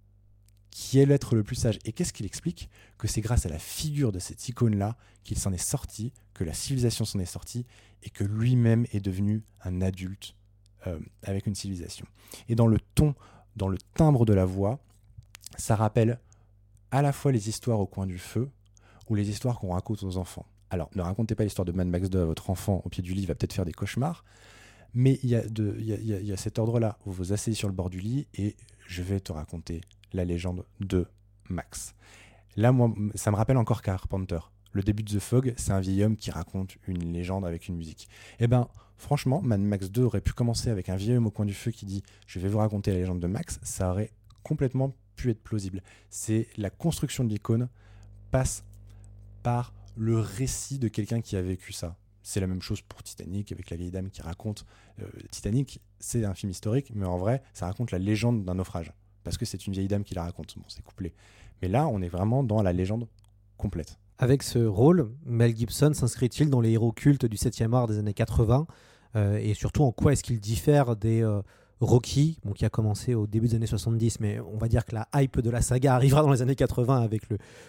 qui est l'être le plus sage. Et qu'est-ce qu'il explique ? Que c'est grâce à la figure de cette icône-là qu'il s'en est sorti, que la civilisation s'en est sortie, et que lui-même est devenu un adulte avec une civilisation. Et dans le ton, dans le timbre de la voix, ça rappelle à la fois les histoires au coin du feu ou les histoires qu'on raconte aux enfants. Alors, ne racontez pas l'histoire de Mad Max 2 à votre enfant au pied du lit, il va peut-être faire des cauchemars, mais il y a cet ordre-là. Vous vous asseyez sur le bord du lit et je vais te raconter la légende de Max. Là, moi, ça me rappelle encore Carpenter. Le début de The Fog, c'est un vieil homme qui raconte une légende avec une musique. Eh ben, franchement, Mad Max 2 aurait pu commencer avec un vieil homme au coin du feu qui dit « Je vais vous raconter la légende de Max », ça aurait complètement pu être plausible. C'est la construction de l'icône passe par le récit de quelqu'un qui a vécu ça. C'est la même chose pour Titanic, avec la vieille dame qui raconte... Titanic, c'est un film historique, mais en vrai, ça raconte la légende d'un naufrage. Parce que c'est une vieille dame qui la raconte. Bon, c'est couplé. Mais là, on est vraiment dans la légende complète. Avec ce rôle, Mel Gibson s'inscrit-il dans les héros cultes du 7e art des années 80 et surtout, en quoi est-ce qu'il diffère des Rocky, qui a commencé au début des années 70, mais on va dire que la hype de la saga arrivera dans les années 80 avec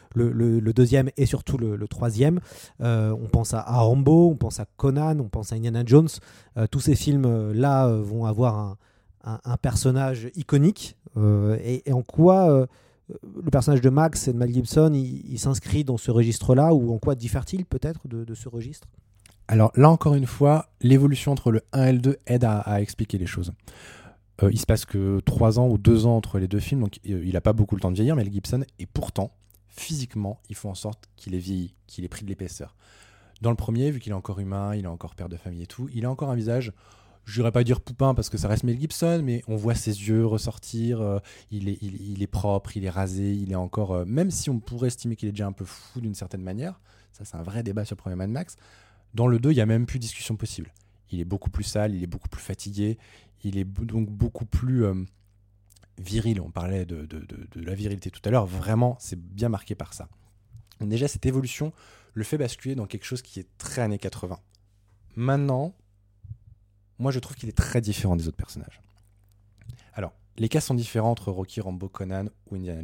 le deuxième et surtout le troisième. On pense à Rambo, on pense à Conan, on pense à Indiana Jones. Tous ces films-là vont avoir un personnage iconique. Et en quoi le personnage de Max et de Mel Gibson il s'inscrit dans ce registre-là, ou en quoi diffère-t-il peut-être de ce registre ? Alors là, encore une fois, l'évolution entre le 1 et le 2 aide à expliquer les choses. Il se passe que 3 ans ou 2 ans entre les deux films, donc il n'a pas beaucoup le temps de vieillir, Mel Gibson, et pourtant, physiquement, il faut en sorte qu'il ait vieilli, qu'il ait pris de l'épaisseur. Dans le premier, vu qu'il est encore humain, il est encore père de famille et tout, il a encore un visage, je n'irais pas dire poupin parce que ça reste Mel Gibson, mais on voit ses yeux ressortir, il est propre, il est rasé, il est encore... même si on pourrait estimer qu'il est déjà un peu fou d'une certaine manière, ça c'est un vrai débat sur le premier Mad Max, dans le 2, il n'y a même plus de discussion possible. Il est beaucoup plus sale, il est beaucoup plus fatigué, il est donc beaucoup plus viril. On parlait de la virilité tout à l'heure, vraiment, c'est bien marqué par ça. Donc déjà, cette évolution le fait basculer dans quelque chose qui est très années 80. Maintenant, moi, je trouve qu'il est très différent des autres personnages. Alors, les cas sont différents entre Rocky, Rambo, Conan ou Indiana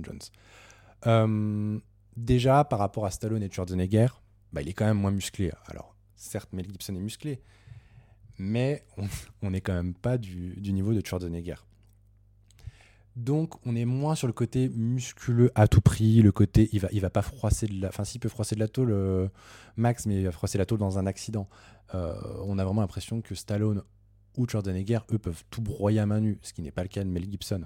Jones. Déjà, par rapport à Stallone et Schwarzenegger, il est quand même moins musclé. Alors, certes, Mel Gibson est musclé, mais on n'est quand même pas du niveau de Schwarzenegger. Donc, on est moins sur le côté musculeux à tout prix, le côté, il va pas froisser de la... Enfin, s'il peut froisser de la tôle, Max, mais il va froisser la tôle dans un accident. On a vraiment l'impression que Stallone ou Schwarzenegger, eux, peuvent tout broyer à main nue, ce qui n'est pas le cas de Mel Gibson.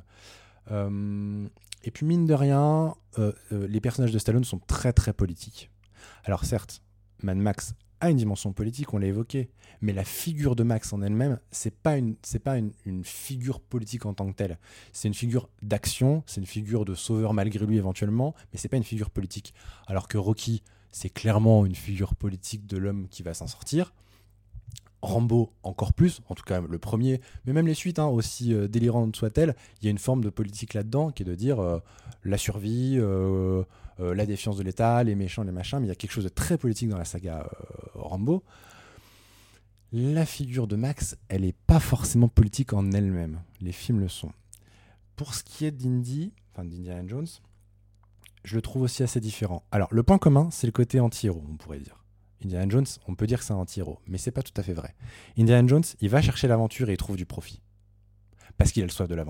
Et puis, mine de rien, les personnages de Stallone sont très, très politiques. Alors, certes, Mad Max a une dimension politique, on l'a évoqué, mais la figure de Max en elle-même, c'est pas une figure politique en tant que telle. C'est une figure d'action, c'est une figure de sauveur malgré lui éventuellement, mais c'est pas une figure politique. Alors que Rocky, c'est clairement une figure politique de l'homme qui va s'en sortir. Rambo, encore plus, en tout cas le premier, mais même les suites, aussi délirantes soient-elles, il y a une forme de politique là-dedans qui est de dire la survie, la défiance de l'État, les méchants, les machins, mais il y a quelque chose de très politique dans la saga Rambo. La figure de Max, elle n'est pas forcément politique en elle-même. Les films le sont. Pour ce qui est d'Indiana Jones, je le trouve aussi assez différent. Alors, le point commun, c'est le côté anti-héros, on pourrait dire. Indiana Jones, on peut dire que c'est un anti-héros, mais c'est pas tout à fait vrai. Indiana Jones, il va chercher l'aventure et il trouve du profit. Parce qu'il a le soif de l'aventure.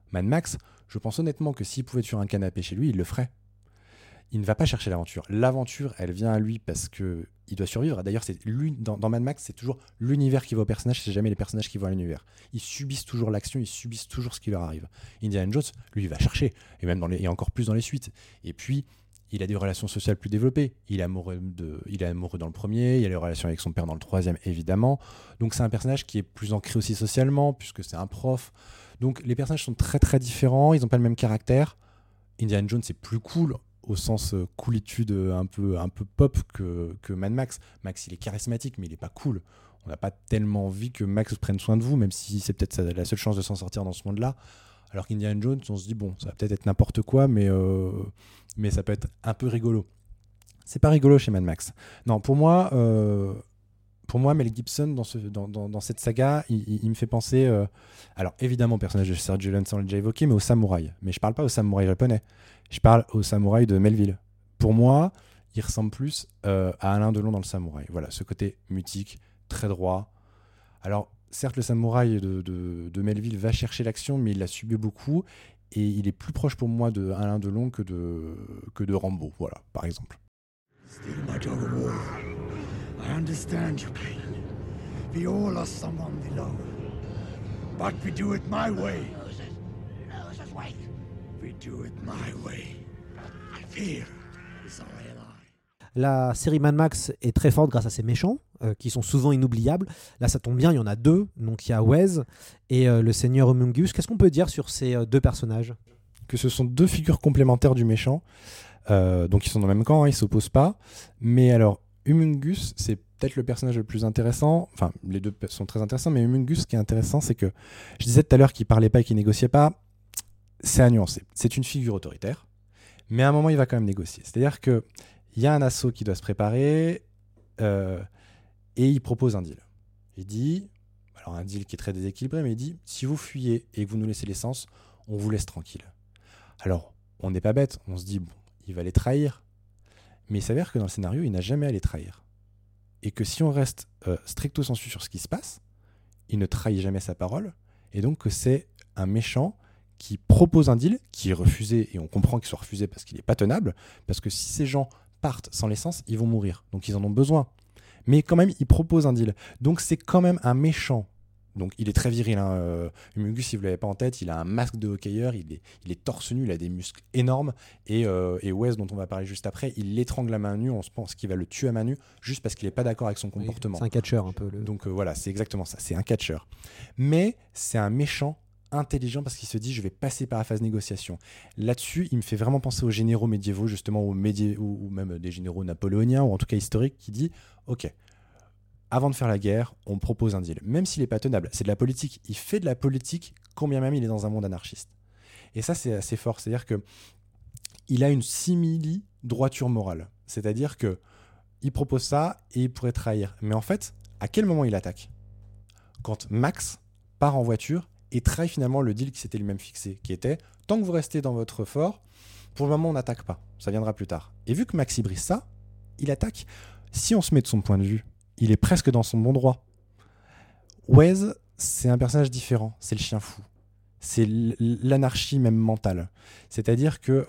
Mad Max, je pense honnêtement que s'il pouvait tuer un canapé chez lui, il le ferait. Il ne va pas chercher l'aventure. L'aventure, elle vient à lui parce que il doit survivre. D'ailleurs, c'est lui, dans Mad Max, c'est toujours l'univers qui va au personnage, c'est jamais les personnages qui vont à l'univers. Ils subissent toujours l'action, ils subissent toujours ce qui leur arrive. Indiana Jones, lui, il va chercher, et même et encore plus dans les suites. Et puis, il a des relations sociales plus développées. Il est amoureux dans le premier, il a les relations avec son père dans le troisième, évidemment. Donc, c'est un personnage qui est plus ancré aussi socialement, puisque c'est un prof. Donc, les personnages sont très, très différents, ils n'ont pas le même caractère. Indiana Jones, c'est plus cool, au sens coolitude un peu pop que Mad Max. Max, il est charismatique, mais il n'est pas cool. On n'a pas tellement envie que Max prenne soin de vous, même si c'est peut-être la seule chance de s'en sortir dans ce monde-là. Alors qu'Indiana Jones, on se dit, bon, ça va peut-être être n'importe quoi, mais ça peut être un peu rigolo. C'est pas rigolo chez Mad Max. Non, pour moi, Mel Gibson, dans cette saga, il me fait penser, alors évidemment au personnage de Sergio Leone, on l'a déjà évoqué, mais au samouraï. Mais je parle pas au samouraï japonais, je parle au samouraï de Melville. Pour moi, il ressemble plus à Alain Delon dans le samouraï. Voilà, ce côté mutique, très droit. Alors, certes, le samouraï de Melville va chercher l'action, mais il l'a subi beaucoup, et il est plus proche pour moi de Alain Delon que de Rambo, voilà, par exemple. Still my dog of war. I understand your pain. We all lost someone below. But we do it my way. We do it my way. Fear is our ally. La série Mad Max est très forte grâce à ses méchants, qui sont souvent inoubliables. Là, ça tombe bien, il y en a deux. Donc, il y a Wez et le Seigneur Humungus. Qu'est-ce qu'on peut dire sur ces deux personnages ? Que ce sont deux figures complémentaires du méchant. Donc, ils sont dans le même camp, ils ne s'opposent pas. Mais alors, Humungus, c'est peut-être le personnage le plus intéressant. Enfin, les deux sont très intéressants, mais Humungus, ce qui est intéressant, c'est que je disais tout à l'heure qu'il ne parlait pas et qu'il ne négociait pas. C'est à nuancer. C'est une figure autoritaire, mais à un moment, il va quand même négocier. C'est-à-dire qu'il y a un assaut qui doit se préparer et il propose un deal. Il dit, alors un deal qui est très déséquilibré, mais il dit, si vous fuyez et que vous nous laissez l'essence, on vous laisse tranquille. Alors, on n'est pas bête, on se dit, bon, il va les trahir. Mais il s'avère que dans le scénario, il n'a jamais à les trahir. Et que si on reste stricto sensu sur ce qui se passe, il ne trahit jamais sa parole, et donc que c'est un méchant qui propose un deal, qui est refusé, et on comprend qu'il soit refusé parce qu'il n'est pas tenable, parce que si ces gens partent sans l'essence, ils vont mourir, donc ils en ont besoin. Mais quand même, il propose un deal. Donc c'est quand même un méchant. Donc il est très viril. Humungus, si vous ne l'avez pas en tête, il a un masque de hockeyeur, il est torse nu, il a des muscles énormes, et Wes, dont on va parler juste après, il l'étrangle à main nue, on se pense qu'il va le tuer à main nue, juste parce qu'il n'est pas d'accord avec son comportement. C'est un catcheur un peu. Donc voilà, c'est exactement ça, c'est un catcheur. Mais c'est un méchant intelligent parce qu'il se dit je vais passer par la phase négociation. Là-dessus, il me fait vraiment penser aux généraux médiévaux, justement, ou même des généraux napoléoniens, ou en tout cas historiques, qui dit ok, avant de faire la guerre, on propose un deal. Même s'il n'est pas tenable, c'est de la politique. Il fait de la politique, combien même il est dans un monde anarchiste. Et ça, c'est assez fort. C'est-à-dire qu'il a une simili-droiture morale. C'est-à-dire qu'il propose ça et il pourrait trahir. Mais en fait, à quel moment il attaque ? Quand Max part en voiture et trahit finalement le deal qui s'était lui-même fixé, qui était « Tant que vous restez dans votre fort, pour le moment, on n'attaque pas. Ça viendra plus tard. » Et vu que Max y brise ça, il attaque. Si on se met de son point de vue, il est presque dans son bon droit. Wes, c'est un personnage différent. C'est le chien fou. C'est l'anarchie même mentale. C'est-à-dire que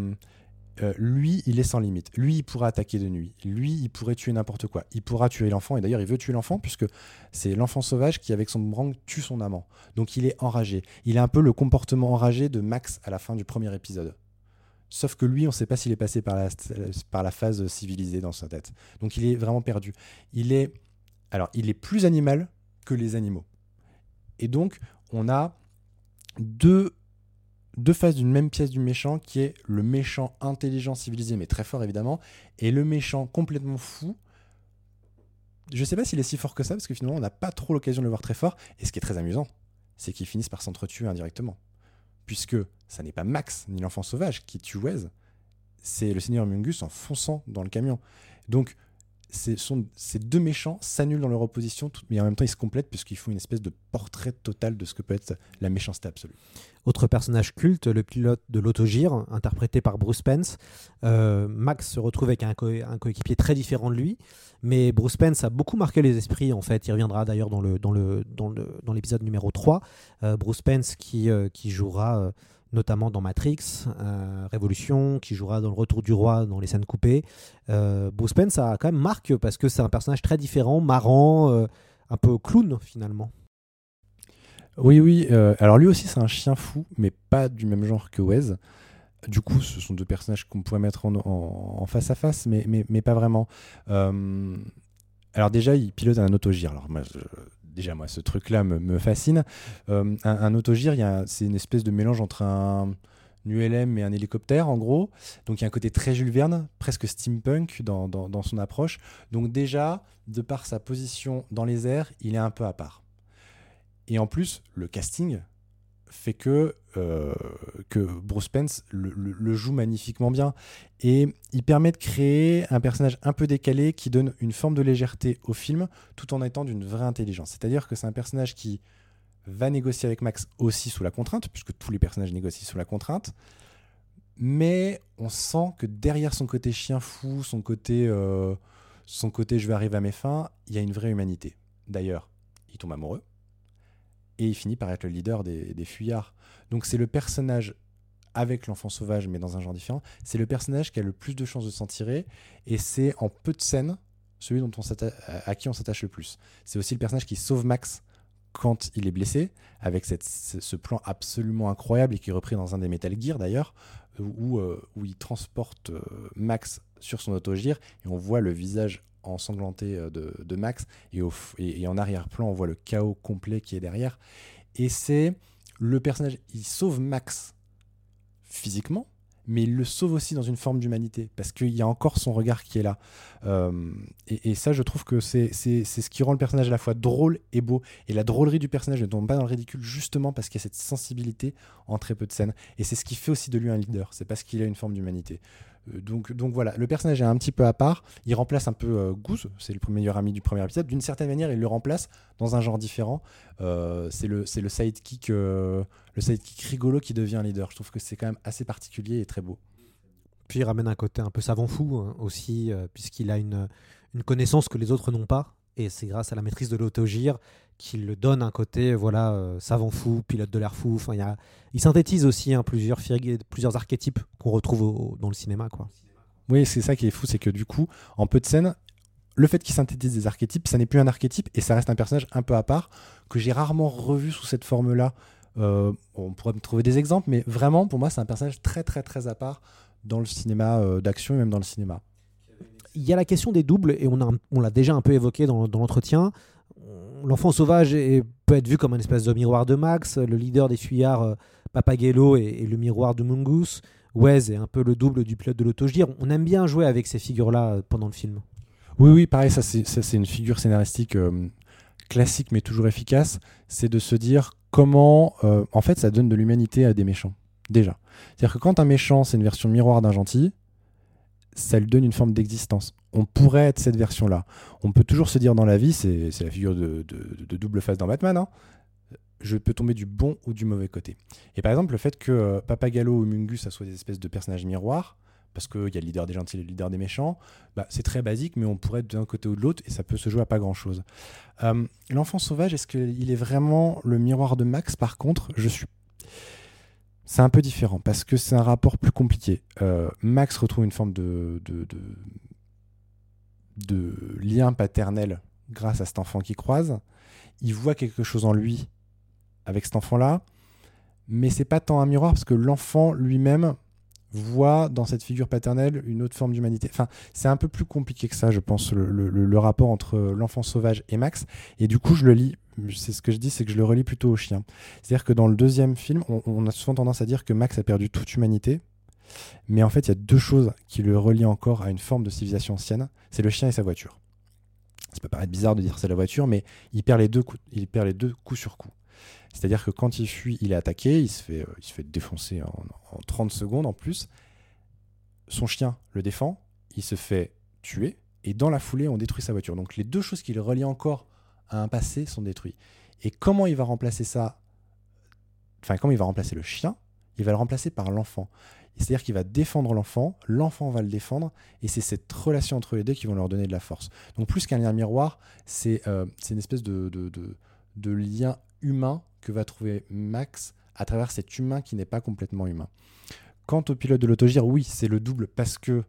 lui, il est sans limite. Lui, il pourra attaquer de nuit. Lui, il pourrait tuer n'importe quoi. Il pourra tuer l'enfant. Et d'ailleurs, il veut tuer l'enfant puisque c'est l'enfant sauvage qui, avec son boomerang, tue son amant. Donc, il est enragé. Il a un peu le comportement enragé de Max à la fin du premier épisode. Sauf que lui, on ne sait pas s'il est passé par la phase civilisée dans sa tête. Donc il est vraiment perdu. Il est plus animal que les animaux. Et donc, on a deux faces d'une même pièce du méchant, qui est le méchant intelligent, civilisé, mais très fort évidemment, et le méchant complètement fou. Je ne sais pas s'il est si fort que ça, parce que finalement, on n'a pas trop l'occasion de le voir très fort. Et ce qui est très amusant, c'est qu'ils finissent par s'entretuer indirectement. Puisque ça n'est pas Max ni l'enfant sauvage qui tue Wes, c'est le Seigneur Humungus en fonçant dans le camion. Donc ces deux méchants s'annulent dans leur opposition, mais en même temps ils se complètent puisqu'ils font une espèce de portrait total de ce que peut être la méchanceté absolue. Autre personnage culte, le pilote de l'autogire, interprété par Bruce Spence. Max se retrouve avec un coéquipier très différent de lui, mais Bruce Spence a beaucoup marqué les esprits, en fait. Il reviendra d'ailleurs dans l'épisode numéro 3. Bruce Spence qui jouera notamment dans Matrix, Révolution, qui jouera dans Le Retour du Roi, dans les scènes coupées. Bruce Spence a quand même marque, parce que c'est un personnage très différent, marrant, un peu clown finalement. Oui. Alors lui aussi, c'est un chien fou, mais pas du même genre que Wes. Du coup, ce sont deux personnages qu'on pourrait mettre en face à face, mais pas vraiment. Alors déjà, il pilote un autogire. Alors moi, ce truc-là me fascine. Un autogire, c'est une espèce de mélange entre un ULM et un hélicoptère, en gros. Donc il y a un côté très Jules Verne, presque steampunk dans son approche. Donc déjà, de par sa position dans les airs, il est un peu à part. Et en plus, le casting fait que Bruce Spence le joue magnifiquement bien. Et il permet de créer un personnage un peu décalé qui donne une forme de légèreté au film tout en étant d'une vraie intelligence. C'est-à-dire que c'est un personnage qui va négocier avec Max aussi sous la contrainte, puisque tous les personnages négocient sous la contrainte. Mais on sent que derrière son côté chien fou, son côté je vais arriver à mes fins, il y a une vraie humanité. D'ailleurs, il tombe amoureux. Et il finit par être le leader des fuyards. Donc c'est le personnage, avec l'enfant sauvage, mais dans un genre différent, c'est le personnage qui a le plus de chances de s'en tirer, et c'est en peu de scènes celui à qui on s'attache le plus. C'est aussi le personnage qui sauve Max quand il est blessé, avec ce plan absolument incroyable, et qui est repris dans un des Metal Gear d'ailleurs, où il transporte Max sur son autogire, et on voit le visage ensanglanté de Max, et en arrière-plan on voit le chaos complet qui est derrière, et c'est le personnage, il sauve Max physiquement, mais il le sauve aussi dans une forme d'humanité, parce qu'il y a encore son regard qui est là, et ça je trouve que c'est ce qui rend le personnage à la fois drôle et beau, et la drôlerie du personnage ne tombe pas dans le ridicule justement parce qu'il y a cette sensibilité en très peu de scènes, et c'est ce qui fait aussi de lui un leader, c'est parce qu'il a une forme d'humanité. Donc voilà, le personnage est un petit peu à part, il remplace un peu Goose, c'est le meilleur ami du premier épisode, d'une certaine manière il le remplace dans un genre différent, c'est le sidekick rigolo qui devient un leader. Je trouve que c'est quand même assez particulier et très beau. Puis il ramène un côté un peu savant fou aussi, puisqu'il a une connaissance que les autres n'ont pas, et c'est grâce à la maîtrise de l'autogire qu'il le donne un côté savant fou, pilote de l'air fou. Enfin, il synthétise aussi plusieurs archétypes qu'on retrouve dans le cinéma, quoi. Oui, c'est ça qui est fou, c'est que du coup, en peu de scènes, le fait qu'il synthétise des archétypes, ça n'est plus un archétype, et ça reste un personnage un peu à part, que j'ai rarement revu sous cette forme-là. On pourrait me trouver des exemples, mais vraiment, pour moi, c'est un personnage très très très à part dans le cinéma d'action, et même dans le cinéma. Il y a la question des doubles, et on l'a déjà un peu évoqué dans l'entretien. L'enfant sauvage peut être vu comme un espèce de miroir de Max. Le leader des fuyards, Papageno, est le miroir de Mungus. Wes est un peu le double du pilote de l'autogire. On aime bien jouer avec ces figures-là pendant le film. Oui, pareil, ça c'est une figure scénaristique classique, mais toujours efficace. C'est de se dire comment, en fait, ça donne de l'humanité à des méchants, déjà. C'est-à-dire que quand un méchant, c'est une version miroir d'un gentil, ça lui donne une forme d'existence. On pourrait être cette version-là. On peut toujours se dire dans la vie, c'est la figure de double face dans Batman, hein, je peux tomber du bon ou du mauvais côté. Et par exemple, le fait que Papageno ou Mungus, ça soit des espèces de personnages miroirs, parce qu'il y a le leader des gentils et le leader des méchants, c'est très basique, mais on pourrait être d'un côté ou de l'autre, et ça peut se jouer à pas grand-chose. L'enfant sauvage, est-ce qu'il est vraiment le miroir de Max? Par contre, c'est un peu différent, parce que c'est un rapport plus compliqué. Max retrouve une forme de lien paternel grâce à cet enfant qu'il croise. Il voit quelque chose en lui avec cet enfant-là, mais c'est pas tant un miroir, parce que l'enfant lui-même voit dans cette figure paternelle une autre forme d'humanité. Enfin, c'est un peu plus compliqué que ça, je pense, le rapport entre l'enfant sauvage et Max. Et du coup, je le lis, c'est ce que je dis, c'est que je le relie plutôt au chien. C'est-à-dire que dans le deuxième film, on a souvent tendance à dire que Max a perdu toute humanité. Mais en fait, il y a deux choses qui le relient encore à une forme de civilisation ancienne. C'est le chien et sa voiture. Ça peut paraître bizarre de dire c'est la voiture, mais il perd les deux coup sur coup. C'est-à-dire que quand il fuit, il est attaqué, il se fait défoncer en 30 secondes en plus. Son chien le défend, il se fait tuer et dans la foulée, on détruit sa voiture. Donc les deux choses qui le relient encore à un passé sont détruites. Et comment il va remplacer ça ? Enfin, comment il va remplacer le chien ? Il va le remplacer par l'enfant. C'est-à-dire qu'il va défendre l'enfant va le défendre, et c'est cette relation entre les deux qui vont leur donner de la force. Donc plus qu'un lien miroir, c'est une espèce de lien humain que va trouver Max à travers cet humain qui n'est pas complètement humain. Quant au pilote de l'autogire, oui, c'est le double parce que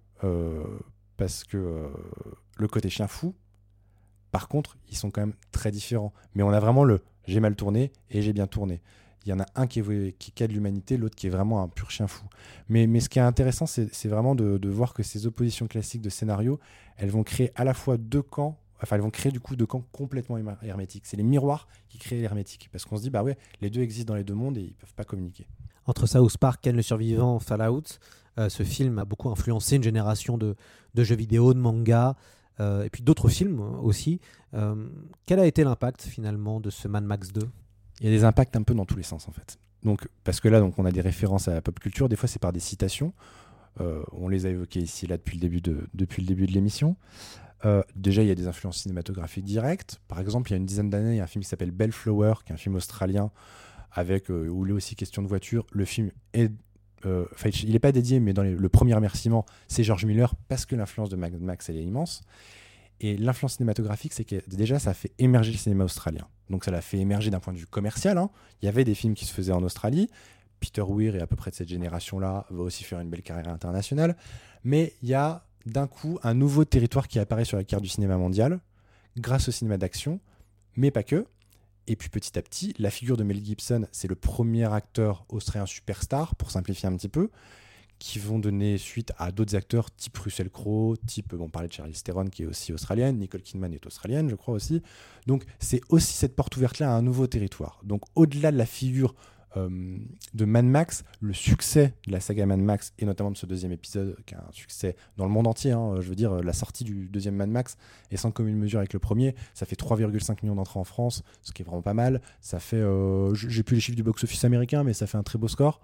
le côté chien fou. Par contre, ils sont quand même très différents. Mais on a vraiment le « j'ai mal tourné » et « j'ai bien tourné ». Il y en a un qui a de l'humanité, l'autre qui est vraiment un pur chien fou. Mais ce qui est intéressant, c'est vraiment de voir que ces oppositions classiques de scénario, elles vont créer à la fois deux camps, enfin elles vont créer du coup deux camps complètement hermétiques. C'est les miroirs qui créent l'hermétique. Parce qu'on se dit, bah ouais, les deux existent dans les deux mondes et ils ne peuvent pas communiquer. Entre South Park, Ken le Survivant, Fallout, ce film a beaucoup influencé une génération de jeux vidéo, de mangas, et puis d'autres films aussi. Quel a été l'impact finalement de ce Mad Max 2 ? Il y a des impacts un peu dans tous les sens en fait. Donc, parce que là, on a des références à la pop culture, des fois c'est par des citations. On les a évoquées ici là depuis le début de l'émission. Déjà, il y a des influences cinématographiques directes. Par exemple, il y a une dizaine d'années, il y a un film qui s'appelle Bellflower, qui est un film australien, où il est aussi question de voiture. Le film est... il n'est pas dédié, mais dans le premier remerciement, c'est George Miller, parce que l'influence de Mad Max, elle est immense. Et l'influence cinématographique, c'est que déjà, ça a fait émerger le cinéma australien. Donc ça l'a fait émerger d'un point de vue commercial. Il y avait des films qui se faisaient en Australie. Peter Weir, et à peu près de cette génération-là, va aussi faire une belle carrière internationale. Mais il y a d'un coup un nouveau territoire qui apparaît sur la carte du cinéma mondial, grâce au cinéma d'action, mais pas que. Et puis petit à petit, la figure de Mel Gibson, c'est le premier acteur australien superstar, pour simplifier un petit peu, qui vont donner suite à d'autres acteurs type Russell Crowe, on parlait de Charlize Theron qui est aussi australienne, Nicole Kidman est australienne, je crois aussi. Donc c'est aussi cette porte ouverte-là à un nouveau territoire. Donc au-delà de la figure de Mad Max, le succès de la saga Mad Max, et notamment de ce deuxième épisode, qui a un succès dans le monde entier, je veux dire, la sortie du deuxième Mad Max est sans commune mesure avec le premier, ça fait 3,5 millions d'entrées en France, ce qui est vraiment pas mal. Ça fait, j'ai plus les chiffres du box-office américain, mais ça fait un très beau score.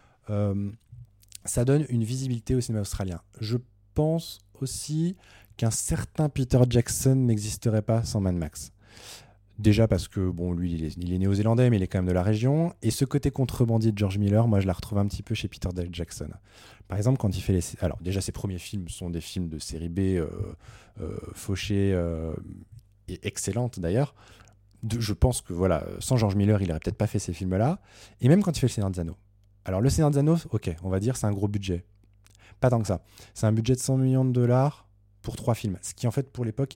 Ça donne une visibilité au cinéma australien. Je pense aussi qu'un certain Peter Jackson n'existerait pas sans Mad Max. Déjà parce que, lui, il est néo-zélandais, mais il est quand même de la région. Et ce côté contrebandier de George Miller, moi, je la retrouve un petit peu chez Peter Jackson. Par exemple, quand il fait Alors, déjà, ses premiers films sont des films de série B, fauchés, et excellentes, d'ailleurs. Je pense que, sans George Miller, il n'aurait peut-être pas fait ces films-là. Et même quand il fait Le Seigneur des Anneaux. Alors, Le Seigneur des Anneaux, ok, on va dire, c'est un gros budget. Pas tant que ça. C'est un budget de $100 millions pour 3 films. Ce qui, en fait, pour l'époque,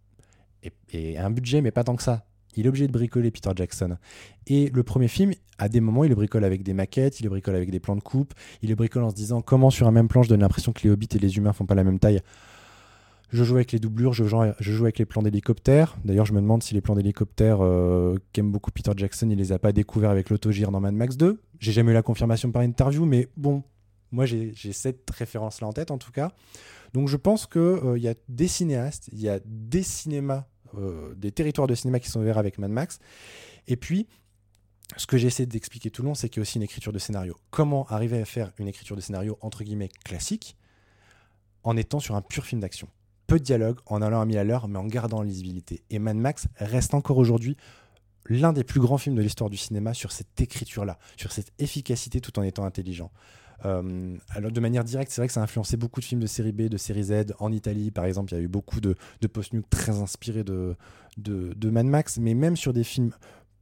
est un budget, mais pas tant que ça. Il est obligé de bricoler Peter Jackson. Et le premier film, à des moments, il le bricole avec des maquettes, il le bricole avec des plans de coupe, il le bricole en se disant comment sur un même plan je donne l'impression que les hobbits et les humains font pas la même taille. Je joue avec les doublures, je joue avec les plans d'hélicoptère. D'ailleurs, je me demande si les plans d'hélicoptère qu'aime beaucoup Peter Jackson, il les a pas découverts avec l'autogire dans Mad Max 2. J'ai jamais eu la confirmation par interview, mais bon, moi j'ai cette référence-là en tête en tout cas. Donc je pense qu'il y a des cinéastes, il y a des cinémas, des territoires de cinéma qui sont ouverts avec Mad Max. Et puis, ce que j'essaie d'expliquer tout le long, c'est qu'il y a aussi une écriture de scénario. Comment arriver à faire une écriture de scénario entre guillemets classique en étant sur un pur film d'action. Peu de dialogue, en allant à 1000 à l'heure, mais en gardant la lisibilité. Et Mad Max reste encore aujourd'hui l'un des plus grands films de l'histoire du cinéma sur cette écriture-là, sur cette efficacité tout en étant intelligent. Alors de manière directe, c'est vrai que ça a influencé beaucoup de films de série B, de série Z. En Italie, par exemple, il y a eu beaucoup de post-nuke très inspirés de Mad Max, mais même sur des films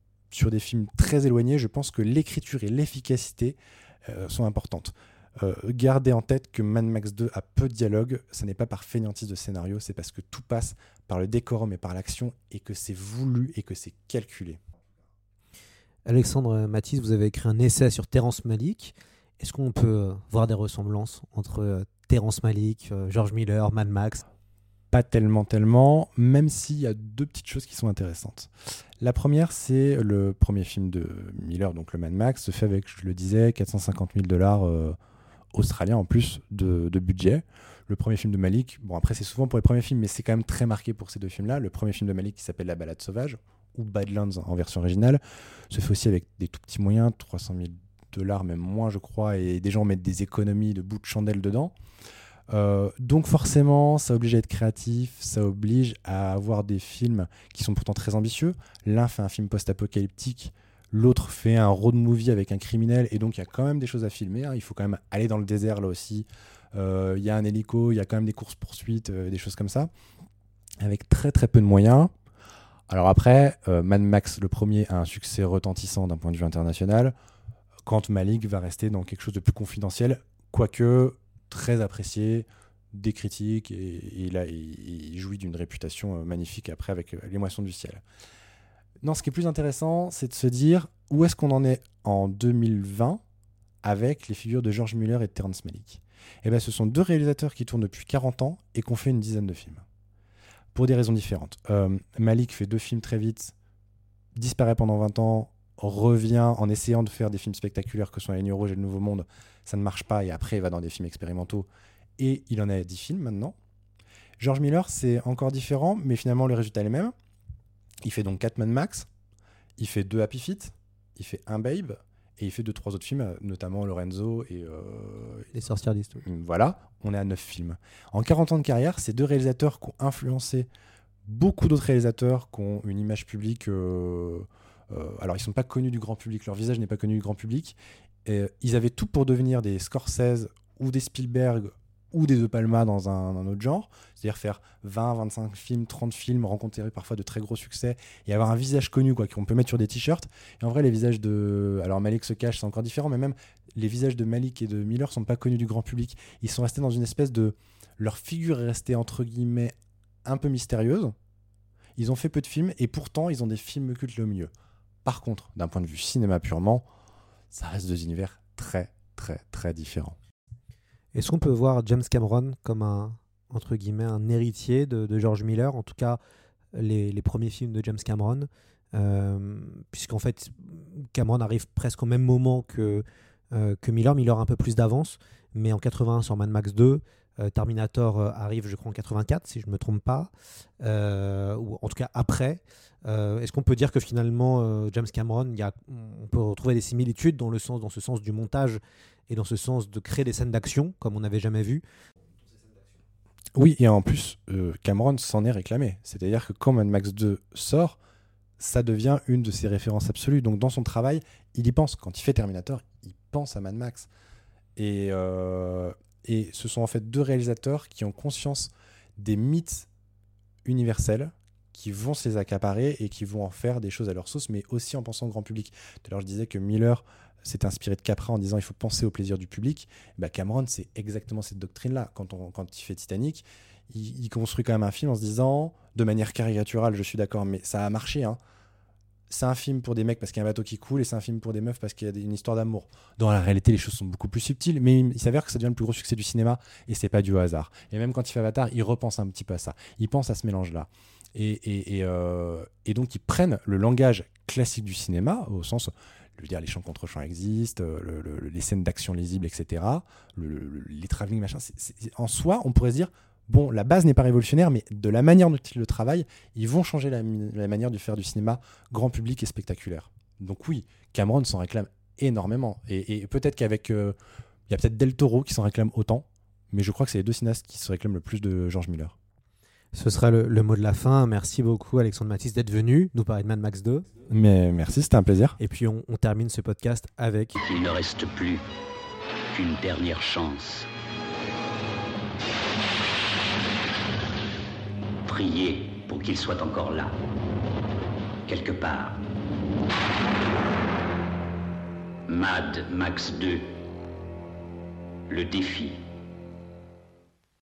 très éloignés, je pense que l'écriture et l'efficacité sont importantes. Gardez en tête que Mad Max 2 a peu de dialogue, ce n'est pas par fainéantise de scénario, c'est parce que tout passe par le décorum et par l'action, et que c'est voulu et que c'est calculé. Alexandre Mathis, vous avez écrit un essai sur Terrence Malick. Est-ce qu'on peut voir des ressemblances entre Terrence Malick, George Miller, Mad Max ? Pas tellement, même s'il y a 2 petites choses qui sont intéressantes. La première, c'est le premier film de Miller, donc le Mad Max, se fait avec, je le disais, $450 000 australiens en plus de budget. Le premier film de Malick, bon après c'est souvent pour les premiers films, mais c'est quand même très marqué pour ces 2 films-là. Le premier film de Malick qui s'appelle La Balade sauvage, ou Badlands en version originale, se fait aussi avec des tout petits moyens, $300 000, même moins je crois, et des gens mettent des économies de bout de chandelle dedans. Donc forcément, ça oblige à être créatif, ça oblige à avoir des films qui sont pourtant très ambitieux. L'un fait un film post-apocalyptique, l'autre fait un road movie avec un criminel, et donc il y a quand même des choses à filmer, hein. Il faut quand même aller dans le désert là aussi. Il y a un hélico, il y a quand même des courses-poursuites, des choses comme ça, avec très très peu de moyens. Alors après, Mad Max, le premier, a un succès retentissant d'un point de vue international, quand Malick va rester dans quelque chose de plus confidentiel, quoique très apprécié des critiques, et là, il jouit d'une réputation magnifique après avec Les Moissons du Ciel. Non, ce qui est plus intéressant, c'est de se dire où est-ce qu'on en est en 2020 avec les figures de George Miller et de Terrence Malick. Et bien, ce sont deux réalisateurs qui tournent depuis 40 ans et qui ont fait une dizaine de films. Pour des raisons différentes. Malick fait 2 films très vite, disparaît pendant 20 ans, revient en essayant de faire des films spectaculaires que sont La Ligne Rouge et Le Nouveau Monde. Ça ne marche pas, et après, il va dans des films expérimentaux. Et il en a 10 films maintenant. George Miller, c'est encore différent, mais finalement, le résultat est le même. Il fait donc 4 Mad Max, il fait 2 Happy Feet, il fait 1 Babe, et il fait 2-3 autres films, notamment Lorenzo et... Les Sorcières d'Eastwood. Voilà, on est à 9 films. En 40 ans de carrière, c'est 2 réalisateurs qui ont influencé beaucoup d'autres réalisateurs qui ont une image publique... alors, ils ne sont pas connus du grand public, leur visage n'est pas connu du grand public. Ils avaient tout pour devenir des Scorsese ou des Spielberg ou des De Palma dans un autre genre, c'est-à-dire faire 20, 25 films, 30 films, rencontrer parfois de très gros succès et avoir un visage connu quoi, qu'on peut mettre sur des t-shirts. Et en vrai, les visages de... Alors Malick se cache, c'est encore différent, mais même les visages de Malick et de Miller sont pas connus du grand public. Ils sont restés dans une espèce de... Leur figure est restée, entre guillemets, un peu mystérieuse. Ils ont fait peu de films et pourtant, ils ont des films cultes au milieu. Par contre, d'un point de vue cinéma purement, ça reste 2 univers très, très, très différents. Est-ce qu'on peut voir James Cameron comme entre guillemets, un héritier de George Miller, en tout cas les premiers films de James Cameron, puisqu'en fait, Cameron arrive presque au même moment que Miller. Miller a un peu plus d'avance, mais en 81 sur Mad Max 2, Terminator arrive, je crois, en 84, si je ne me trompe pas, ou en tout cas après. Est-ce qu'on peut dire que finalement, James Cameron, on peut retrouver des similitudes dans ce sens du montage et dans ce sens de créer des scènes d'action, comme on n'avait jamais vu? Oui, et en plus, Cameron s'en est réclamé. C'est-à-dire que quand Mad Max 2 sort, ça devient une de ses références absolues. Donc dans son travail, il y pense. Quand il fait Terminator, il pense à Mad Max. Et ce sont en fait 2 réalisateurs qui ont conscience des mythes universels, qui vont se les accaparer et qui vont en faire des choses à leur sauce, mais aussi en pensant au grand public. Tout à l'heure, je disais que Miller s'est inspiré de Capra en disant il faut penser au plaisir du public. Bah Cameron, c'est exactement cette doctrine-là. Quand il fait Titanic, il construit quand même un film en se disant, de manière caricaturale, je suis d'accord, mais ça a marché, hein. C'est un film pour des mecs parce qu'il y a un bateau qui coule, et c'est un film pour des meufs parce qu'il y a une histoire d'amour. Dans la réalité, les choses sont beaucoup plus subtiles, mais il s'avère que ça devient le plus gros succès du cinéma, et c'est pas du hasard. Et même quand il fait Avatar, il repense un petit peu à ça. Il pense à ce mélange-là. Et donc, ils prennent le langage classique du cinéma, au sens, je veux dire, les chants contre chants existent, les scènes d'action lisibles, etc., les travelling, machin. En soi, on pourrait se dire, bon, la base n'est pas révolutionnaire, mais de la manière dont ils le travaillent, ils vont changer la manière de faire du cinéma grand public et spectaculaire. Donc oui, Cameron s'en réclame énormément. Et peut-être qu'avec... il y a peut-être Del Toro qui s'en réclame autant, mais je crois que c'est les 2 cinéastes qui se réclament le plus de George Miller. Ce sera le mot de la fin. Merci beaucoup, Alexandre Matisse, d'être venu nous parler de Mad Max 2. Mais merci, c'était un plaisir. Et puis on termine ce podcast avec... Il ne reste plus qu'une dernière chance. Priez pour qu'il soit encore là, quelque part. Mad Max 2, le défi.